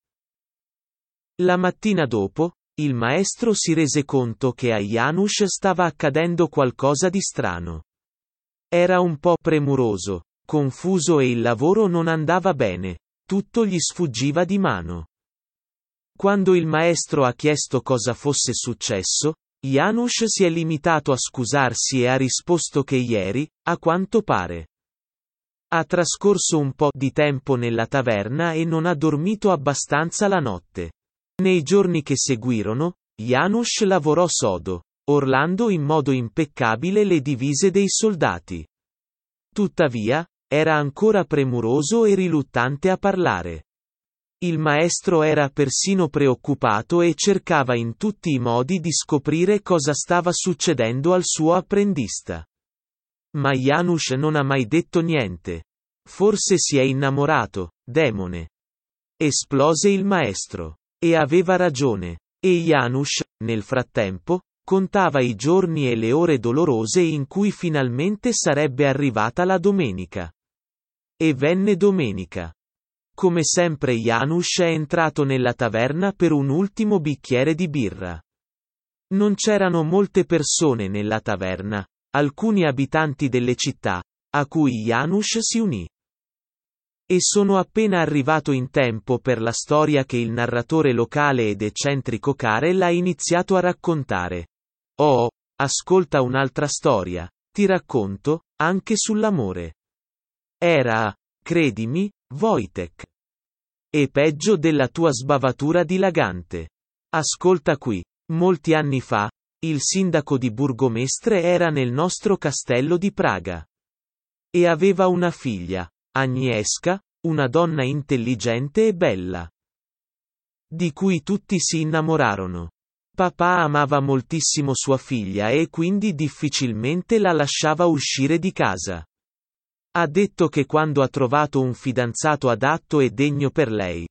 La mattina dopo, il maestro si rese conto che a Janusz stava accadendo qualcosa di strano. Era un po' premuroso, confuso e il lavoro non andava bene, tutto gli sfuggiva di mano. Quando il maestro ha chiesto cosa fosse successo, Janusz si è limitato a scusarsi e ha risposto che ieri, a quanto pare, ha trascorso un po' di tempo nella taverna e non ha dormito abbastanza la notte. Nei giorni che seguirono, Janusz lavorò sodo, orlando in modo impeccabile le divise dei soldati. Tuttavia, era ancora premuroso e riluttante a parlare. Il maestro era persino preoccupato e cercava in tutti i modi di scoprire cosa stava succedendo al suo apprendista. Ma Janusz non ha mai detto niente. "Forse si è innamorato, demone." Esplose il maestro. E aveva ragione. E Janusz, nel frattempo, contava i giorni e le ore dolorose in cui finalmente sarebbe arrivata la domenica. E venne domenica. Come sempre Janusz è entrato nella taverna per un ultimo bicchiere di birra. Non c'erano molte persone nella taverna, alcuni abitanti delle città, a cui Janusz si unì. E sono appena arrivato in tempo per la storia che il narratore locale ed eccentrico Karel ha iniziato a raccontare. Oh, ascolta un'altra storia, ti racconto, anche sull'amore. Era, credimi, Wojtek. E peggio della tua sbavatura dilagante. Ascolta qui. Molti anni fa, il sindaco di Burgomestre era nel nostro castello di Praga. E aveva una figlia, Agnieszka, una donna intelligente e bella, di cui tutti si innamorarono. Papà amava moltissimo sua figlia e quindi difficilmente la lasciava uscire di casa. Ha detto che quando ha trovato un fidanzato adatto e degno per lei,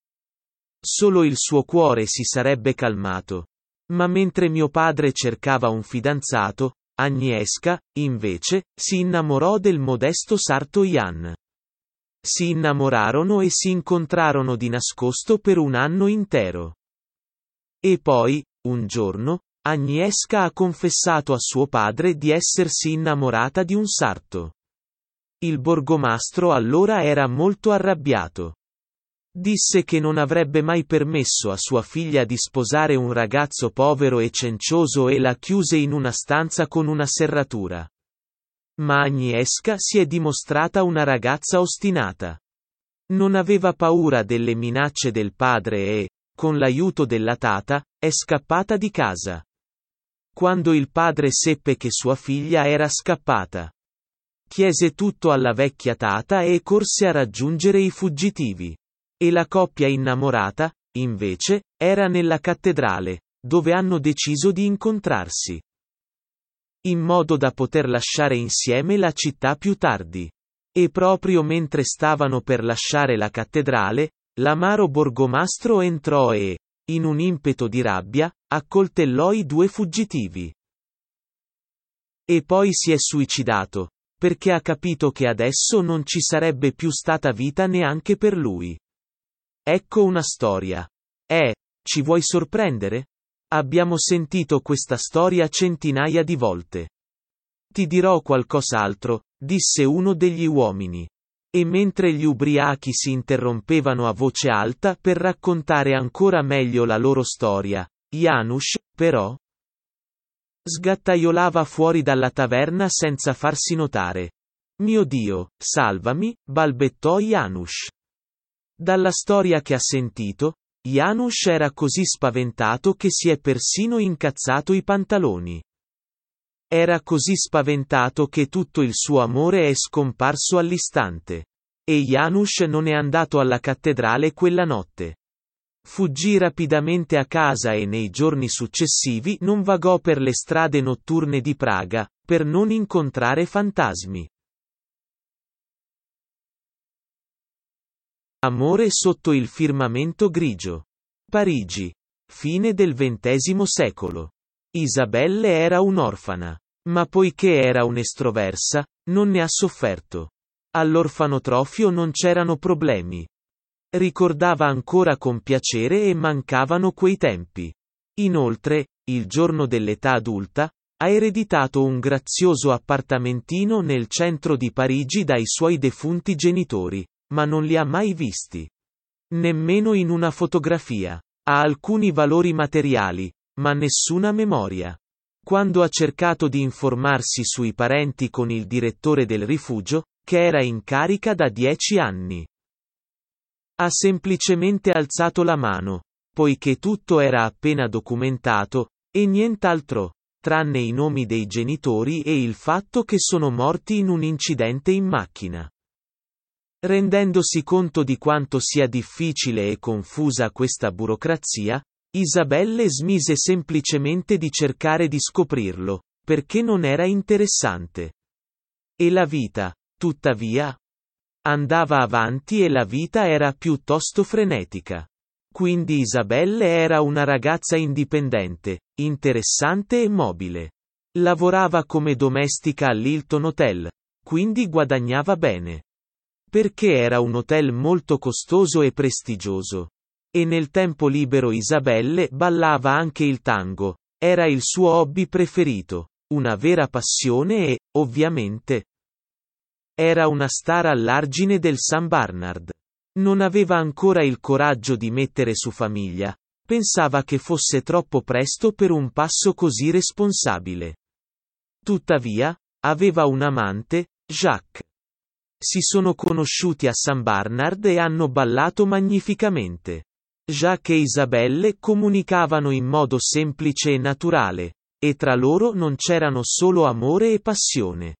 solo il suo cuore si sarebbe calmato. Ma mentre mio padre cercava un fidanzato, Agnieszka, invece, si innamorò del modesto sarto Jan. Si innamorarono e si incontrarono di nascosto per un anno intero. E poi, un giorno, Agnieszka ha confessato a suo padre di essersi innamorata di un sarto. Il borgomastro allora era molto arrabbiato. Disse che non avrebbe mai permesso a sua figlia di sposare un ragazzo povero e cencioso e la chiuse in una stanza con una serratura. Ma Agnieszka si è dimostrata una ragazza ostinata. Non aveva paura delle minacce del padre e, con l'aiuto della tata, è scappata di casa. Quando il padre seppe che sua figlia era scappata, chiese tutto alla vecchia tata e corse a raggiungere i fuggitivi. E la coppia innamorata, invece, era nella cattedrale, dove hanno deciso di incontrarsi, in modo da poter lasciare insieme la città più tardi. E proprio mentre stavano per lasciare la cattedrale, l'amaro borgomastro entrò e, in un impeto di rabbia, accoltellò i due fuggitivi. E poi si è suicidato, perché ha capito che adesso non ci sarebbe più stata vita neanche per lui. Ecco una storia. Ci vuoi sorprendere? Abbiamo sentito questa storia centinaia di volte. Ti dirò qualcos'altro, disse uno degli uomini. E mentre gli ubriachi si interrompevano a voce alta per raccontare ancora meglio la loro storia, Janusz, però, sgattaiolava fuori dalla taverna senza farsi notare. Mio Dio, salvami, balbettò Janusz. Dalla storia che ha sentito, Janusz era così spaventato che si è persino incazzato i pantaloni. Era così spaventato che tutto il suo amore è scomparso all'istante. E Janusz non è andato alla cattedrale quella notte. Fuggì rapidamente a casa e nei giorni successivi non vagò per le strade notturne di Praga, per non incontrare fantasmi. Amore sotto il firmamento grigio. Parigi. Fine del XX secolo. Isabelle era un'orfana. Ma poiché era un'estroversa, non ne ha sofferto. All'orfanotrofio non c'erano problemi. Ricordava ancora con piacere e mancavano quei tempi. Inoltre, il giorno dell'età adulta, ha ereditato un grazioso appartamentino nel centro di Parigi dai suoi defunti genitori, ma non li ha mai visti. Nemmeno in una fotografia. Ha alcuni valori materiali, ma nessuna memoria. Quando ha cercato di informarsi sui parenti con il direttore del rifugio, che era in carica da 10 anni, ha semplicemente alzato la mano, poiché tutto era appena documentato, e nient'altro, tranne i nomi dei genitori e il fatto che sono morti in un incidente in macchina. Rendendosi conto di quanto sia difficile e confusa questa burocrazia, Isabelle smise semplicemente di cercare di scoprirlo, perché non era interessante. E la vita, tuttavia, andava avanti e la vita era piuttosto frenetica. Quindi Isabelle era una ragazza indipendente, interessante e mobile. Lavorava come domestica all'Hilton Hotel, quindi guadagnava bene. Perché era un hotel molto costoso e prestigioso. E nel tempo libero Isabelle ballava anche il tango, era il suo hobby preferito, una vera passione e, ovviamente, Era una star all'argine del St. Bernard. Non aveva ancora il coraggio di mettere su famiglia. Pensava che fosse troppo presto per un passo così responsabile. Tuttavia, aveva un amante, Jacques. Si sono conosciuti a St. Bernard e hanno ballato magnificamente. Jacques e Isabelle comunicavano in modo semplice e naturale, e tra loro non c'erano solo amore e passione,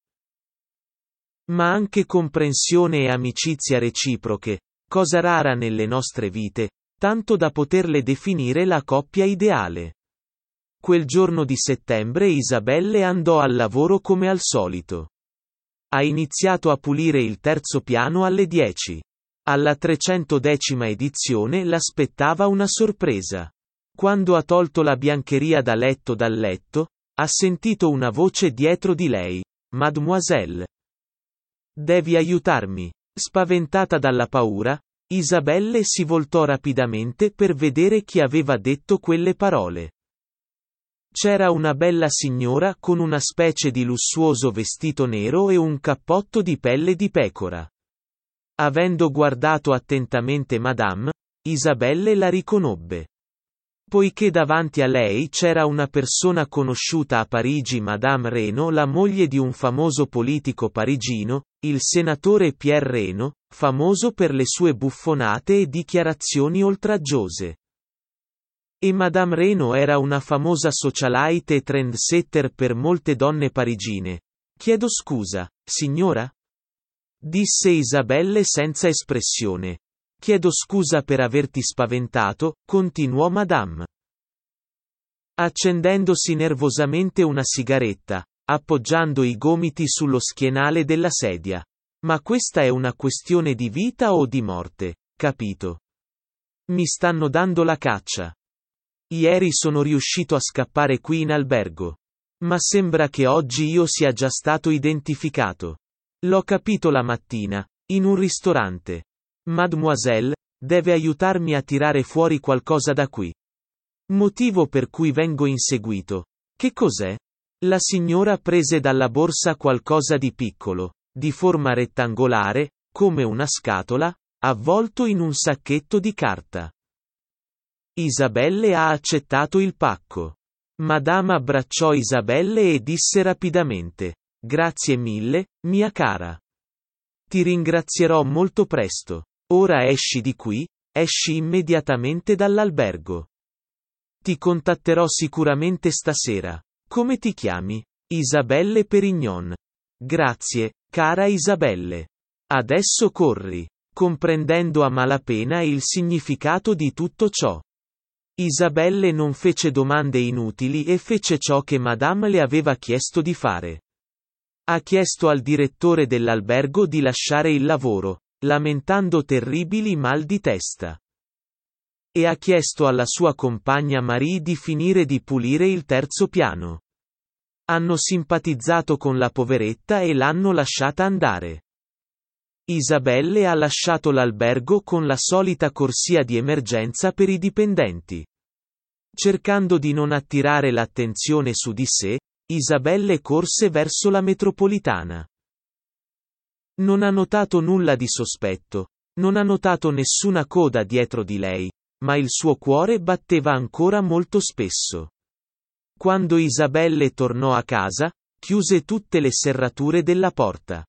ma anche comprensione e amicizia reciproche, cosa rara nelle nostre vite, tanto da poterle definire la coppia ideale. Quel giorno di settembre Isabelle andò al lavoro come al solito. Ha iniziato a pulire il terzo piano alle 10. Alla 310ª edizione l'aspettava una sorpresa. Quando ha tolto la biancheria da letto dal letto, ha sentito una voce dietro di lei. Mademoiselle. Devi aiutarmi. Spaventata dalla paura, Isabelle si voltò rapidamente per vedere chi aveva detto quelle parole. C'era una bella signora con una specie di lussuoso vestito nero e un cappotto di pelle di pecora. Avendo guardato attentamente Madame, Isabelle la riconobbe. Poiché davanti a lei c'era una persona conosciuta a Parigi, Madame Renaud, la moglie di un famoso politico parigino, il senatore Pierre Renaud, famoso per le sue buffonate e dichiarazioni oltraggiose. E Madame Renaud era una famosa socialite e trendsetter per molte donne parigine. Chiedo scusa, signora? Disse Isabelle senza espressione. Chiedo scusa per averti spaventato, continuò Madame. Accendendosi nervosamente una sigaretta, appoggiando i gomiti sullo schienale della sedia. Ma questa è una questione di vita o di morte, capito? Mi stanno dando la caccia. Ieri sono riuscito a scappare qui in albergo. Ma sembra che oggi io sia già stato identificato. L'ho capito la mattina, in un ristorante. Mademoiselle, deve aiutarmi a tirare fuori qualcosa da qui. Motivo per cui vengo inseguito. Che cos'è? La signora prese dalla borsa qualcosa di piccolo, di forma rettangolare, come una scatola, avvolto in un sacchetto di carta. Isabelle ha accettato il pacco. Madame abbracciò Isabelle e disse rapidamente: Grazie mille, mia cara. Ti ringrazierò molto presto. Ora esci di qui, esci immediatamente dall'albergo. Ti contatterò sicuramente stasera. Come ti chiami? Isabelle Perignon. Grazie, cara Isabelle. Adesso corri. Comprendendo a malapena il significato di tutto ciò. Isabelle non fece domande inutili e fece ciò che Madame le aveva chiesto di fare. Ha chiesto al direttore dell'albergo di lasciare il lavoro, lamentando terribili mal di testa. E ha chiesto alla sua compagna Marie di finire di pulire il terzo piano. Hanno simpatizzato con la poveretta e l'hanno lasciata andare. Isabelle ha lasciato l'albergo con la solita corsia di emergenza per i dipendenti. Cercando di non attirare l'attenzione su di sé, Isabelle corse verso la metropolitana. Non ha notato nulla di sospetto, non ha notato nessuna coda dietro di lei, ma il suo cuore batteva ancora molto spesso. Quando Isabelle tornò a casa, chiuse tutte le serrature della porta.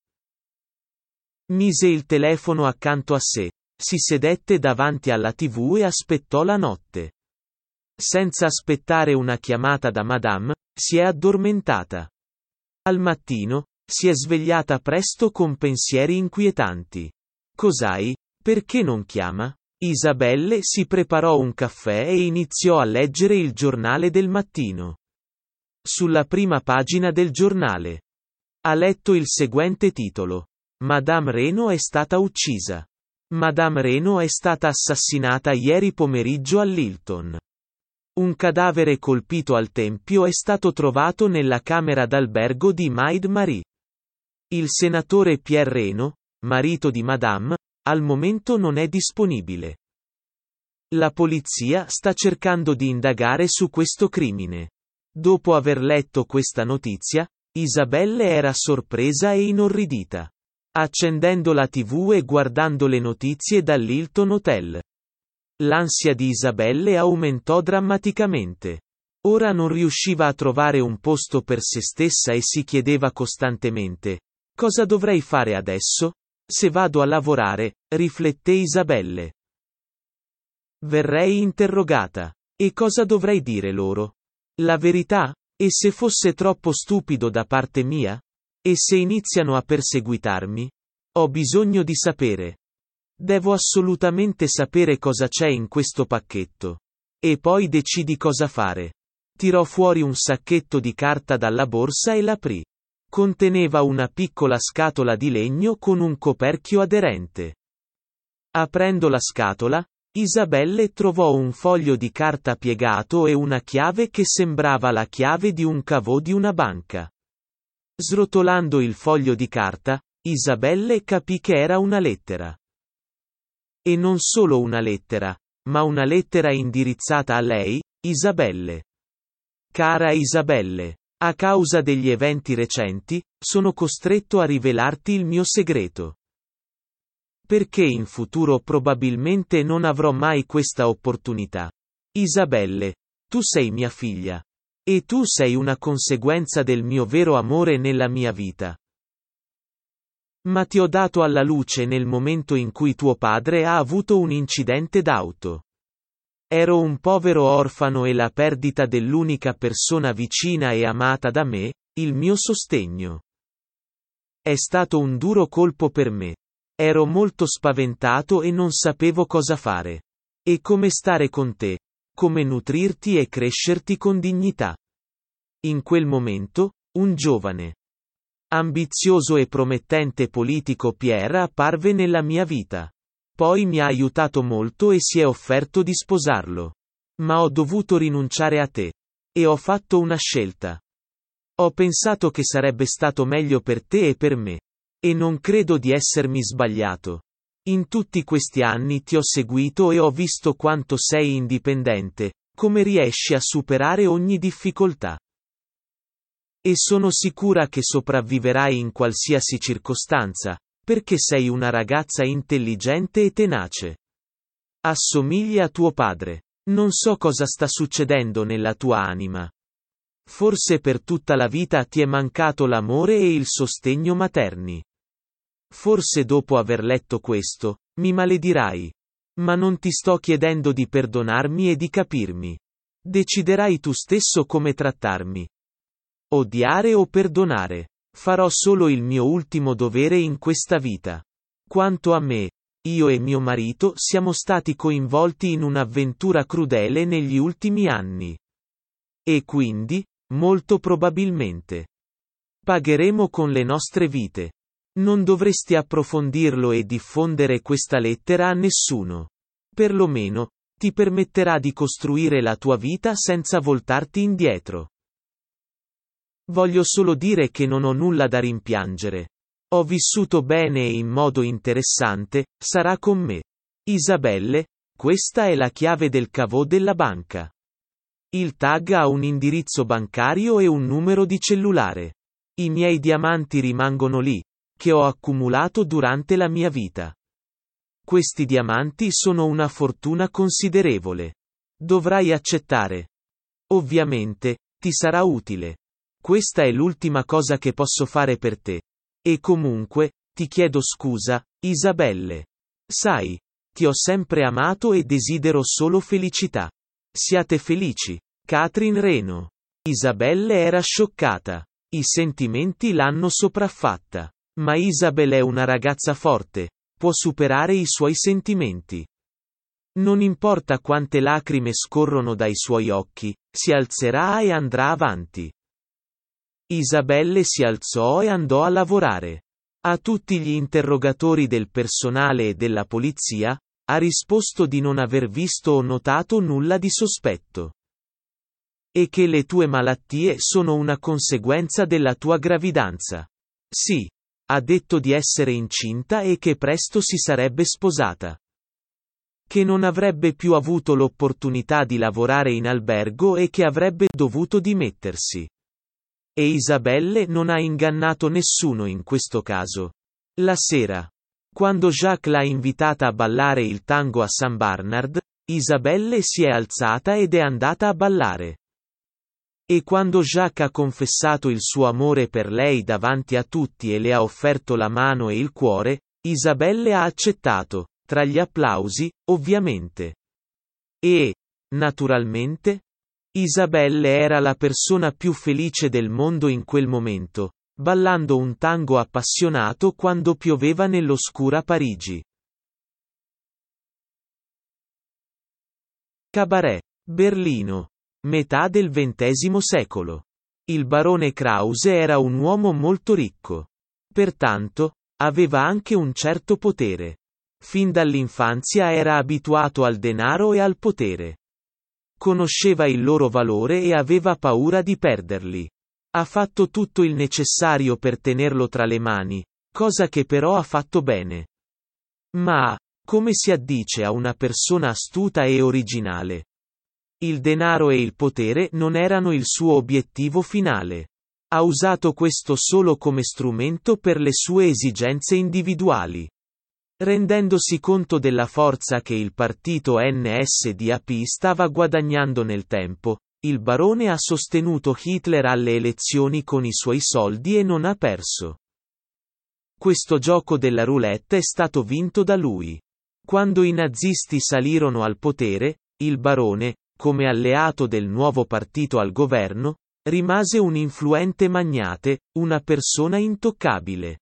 Mise il telefono accanto a sé, si sedette davanti alla TV e aspettò la notte. Senza aspettare una chiamata da Madame, si è addormentata. Al mattino, si è svegliata presto con pensieri inquietanti. Cos'hai? Perché non chiama? Isabelle si preparò un caffè e iniziò a leggere il giornale del mattino. Sulla prima pagina del giornale ha letto il seguente titolo: Madame Renaud è stata uccisa. Madame Renaud è stata assassinata ieri pomeriggio all'Hilton. Un cadavere colpito al tempio è stato trovato nella camera d'albergo di Maid Marie. Il senatore Pierre Renaud, marito di Madame, al momento non è disponibile. La polizia sta cercando di indagare su questo crimine. Dopo aver letto questa notizia, Isabelle era sorpresa e inorridita. accendendo la TV e guardando le notizie dall'Hilton Hotel. L'ansia di Isabelle aumentò drammaticamente. Ora non riusciva a trovare un posto per se stessa e si chiedeva costantemente: cosa dovrei fare adesso? Se vado a lavorare, rifletté Isabelle. Verrei interrogata. E cosa dovrei dire loro? La verità? E se fosse troppo stupido da parte mia? E se iniziano a perseguitarmi? Ho bisogno di sapere. Devo assolutamente sapere cosa c'è in questo pacchetto. E poi decidi cosa fare. Tirò fuori un sacchetto di carta dalla borsa e l'aprì. Conteneva una piccola scatola di legno con un coperchio aderente. Aprendo la scatola, Isabelle trovò un foglio di carta piegato e una chiave che sembrava la chiave di un caveau di una banca. Srotolando il foglio di carta, Isabelle capì che era una lettera. E non solo una lettera, ma una lettera indirizzata a lei, Isabelle. Cara Isabelle, a causa degli eventi recenti, sono costretto a rivelarti il mio segreto. Perché in futuro probabilmente non avrò mai questa opportunità. Isabelle, tu sei mia figlia. E tu sei una conseguenza del mio vero amore nella mia vita. Ma ti ho dato alla luce nel momento in cui tuo padre ha avuto un incidente d'auto. Ero un povero orfano e la perdita dell'unica persona vicina e amata da me, il mio sostegno. È stato un duro colpo per me. Ero molto spaventato e non sapevo cosa fare. E come stare con te, come nutrirti e crescerti con dignità. In quel momento, un giovane, ambizioso e promettente politico Pierre apparve nella mia vita. Poi mi ha aiutato molto e si è offerto di sposarlo. Ma ho dovuto rinunciare a te. E ho fatto una scelta. Ho pensato che sarebbe stato meglio per te e per me. E non credo di essermi sbagliato. In tutti questi anni ti ho seguito e ho visto quanto sei indipendente, come riesci a superare ogni difficoltà. E sono sicura che sopravviverai in qualsiasi circostanza, perché sei una ragazza intelligente e tenace. Assomigli a tuo padre. Non so cosa sta succedendo nella tua anima. Forse per tutta la vita ti è mancato l'amore e il sostegno materni. Forse dopo aver letto questo, mi maledirai. Ma non ti sto chiedendo di perdonarmi e di capirmi. Deciderai tu stesso come trattarmi. Odiare o perdonare. Farò solo il mio ultimo dovere in questa vita. Quanto a me, io e mio marito siamo stati coinvolti in un'avventura crudele negli ultimi anni. E quindi, molto probabilmente, pagheremo con le nostre vite. Non dovresti approfondirlo e diffondere questa lettera a nessuno. Perlomeno, ti permetterà di costruire la tua vita senza voltarti indietro. Voglio solo dire che non ho nulla da rimpiangere. Ho vissuto bene e in modo interessante, sarà con me. Isabelle, questa è la chiave del caveau della banca. Il tag ha un indirizzo bancario e un numero di cellulare. I miei diamanti rimangono lì, che ho accumulato durante la mia vita. Questi diamanti sono una fortuna considerevole. Dovrai accettare. Ovviamente, ti sarà utile. Questa è l'ultima cosa che posso fare per te. E comunque, ti chiedo scusa, Isabelle. Sai, ti ho sempre amato e desidero solo felicità. Siate felici. Catherine Reno. Isabelle era scioccata. I sentimenti l'hanno sopraffatta. Ma Isabelle è una ragazza forte. Può superare i suoi sentimenti. Non importa quante lacrime scorrono dai suoi occhi, si alzerà e andrà avanti. Isabelle si alzò e andò a lavorare. A tutti gli interrogatori del personale e della polizia, ha risposto di non aver visto o notato nulla di sospetto. E che le tue malattie sono una conseguenza della tua gravidanza. Sì. Ha detto di essere incinta e che presto si sarebbe sposata. Che non avrebbe più avuto l'opportunità di lavorare in albergo e che avrebbe dovuto dimettersi. E Isabelle non ha ingannato nessuno in questo caso. La sera. Quando Jacques l'ha invitata a ballare il tango a St. Bernard, Isabelle si è alzata ed è andata a ballare. E quando Jacques ha confessato il suo amore per lei davanti a tutti e le ha offerto la mano e il cuore, Isabelle ha accettato, tra gli applausi, ovviamente. E, naturalmente, Isabelle era la persona più felice del mondo in quel momento, ballando un tango appassionato quando pioveva nell'oscura Parigi. Cabaret. Berlino. Metà del XX secolo. Il barone Krause era un uomo molto ricco. Pertanto, aveva anche un certo potere. Fin dall'infanzia era abituato al denaro e al potere. Conosceva il loro valore e aveva paura di perderli. Ha fatto tutto il necessario per tenerlo tra le mani, cosa che però ha fatto bene. Ma, come si addice a una persona astuta e originale, il denaro e il potere non erano il suo obiettivo finale. Ha usato questo solo come strumento per le sue esigenze individuali. Rendendosi conto della forza che il partito NSDAP stava guadagnando nel tempo, il barone ha sostenuto Hitler alle elezioni con i suoi soldi e non ha perso. Questo gioco della roulette è stato vinto da lui. Quando i nazisti salirono al potere, il barone, come alleato del nuovo partito al governo, rimase un influente magnate, una persona intoccabile.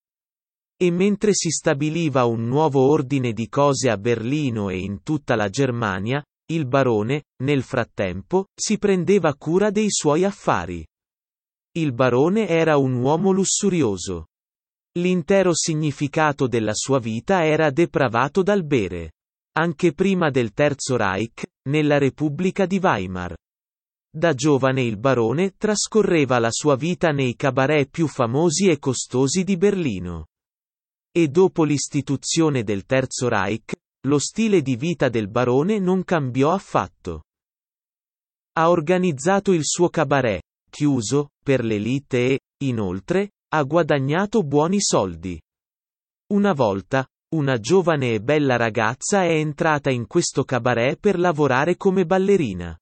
E mentre si stabiliva un nuovo ordine di cose a Berlino e in tutta la Germania, il barone, nel frattempo, si prendeva cura dei suoi affari. Il barone era un uomo lussurioso. L'intero significato della sua vita era depravato dal bere. Anche prima del Terzo Reich, nella Repubblica di Weimar. Da giovane il barone trascorreva la sua vita nei cabaret più famosi e costosi di Berlino. E dopo l'istituzione del Terzo Reich, lo stile di vita del barone non cambiò affatto. Ha organizzato il suo cabaret, chiuso, per l'élite e, inoltre, ha guadagnato buoni soldi. Una volta, una giovane e bella ragazza è entrata in questo cabaret per lavorare come ballerina.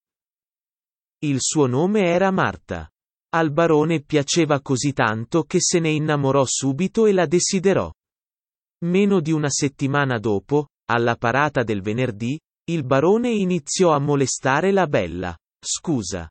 Il suo nome era Marta. Al barone piaceva così tanto che se ne innamorò subito e la desiderò. Meno di una settimana dopo, alla parata del venerdì, il barone iniziò a molestare la bella. Scusa.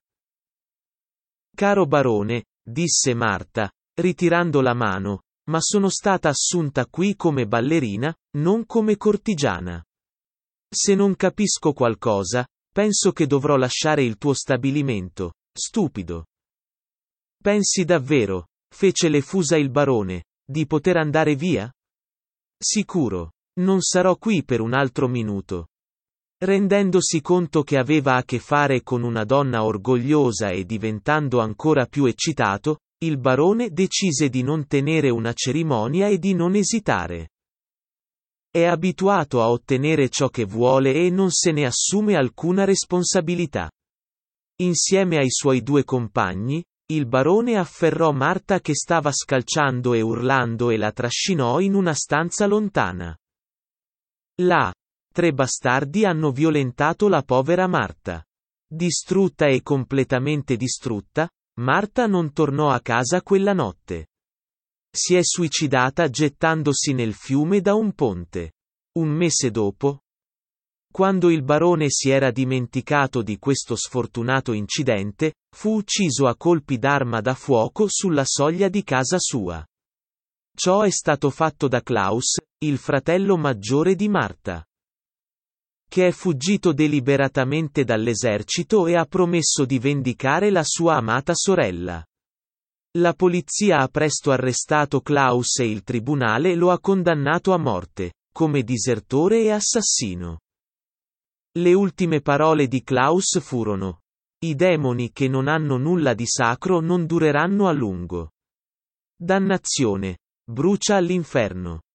Caro barone, disse Marta, ritirando la mano, ma sono stata assunta qui come ballerina, non come cortigiana. Se non capisco qualcosa, penso che dovrò lasciare il tuo stabilimento, stupido. Pensi davvero, fece le fusa il barone, di poter andare via? Sicuro. Non sarò qui per un altro minuto. Rendendosi conto che aveva a che fare con una donna orgogliosa e diventando ancora più eccitato, il barone decise di non tenere una cerimonia e di non esitare. È abituato a ottenere ciò che vuole e non se ne assume alcuna responsabilità. Insieme ai suoi due compagni, il barone afferrò Marta che stava scalciando e urlando e la trascinò in una stanza lontana. Là, 3 bastardi hanno violentato la povera Marta. Distrutta e completamente distrutta, Marta non tornò a casa quella notte. Si è suicidata gettandosi nel fiume da un ponte. Un mese dopo, quando il barone si era dimenticato di questo sfortunato incidente, fu ucciso a colpi d'arma da fuoco sulla soglia di casa sua. Ciò è stato fatto da Klaus, il fratello maggiore di Marta, che è fuggito deliberatamente dall'esercito e ha promesso di vendicare la sua amata sorella. La polizia ha presto arrestato Klaus e il tribunale lo ha condannato a morte, come disertore e assassino. Le ultime parole di Klaus furono: "I demoni che non hanno nulla di sacro non dureranno a lungo. Dannazione. Brucia all'inferno."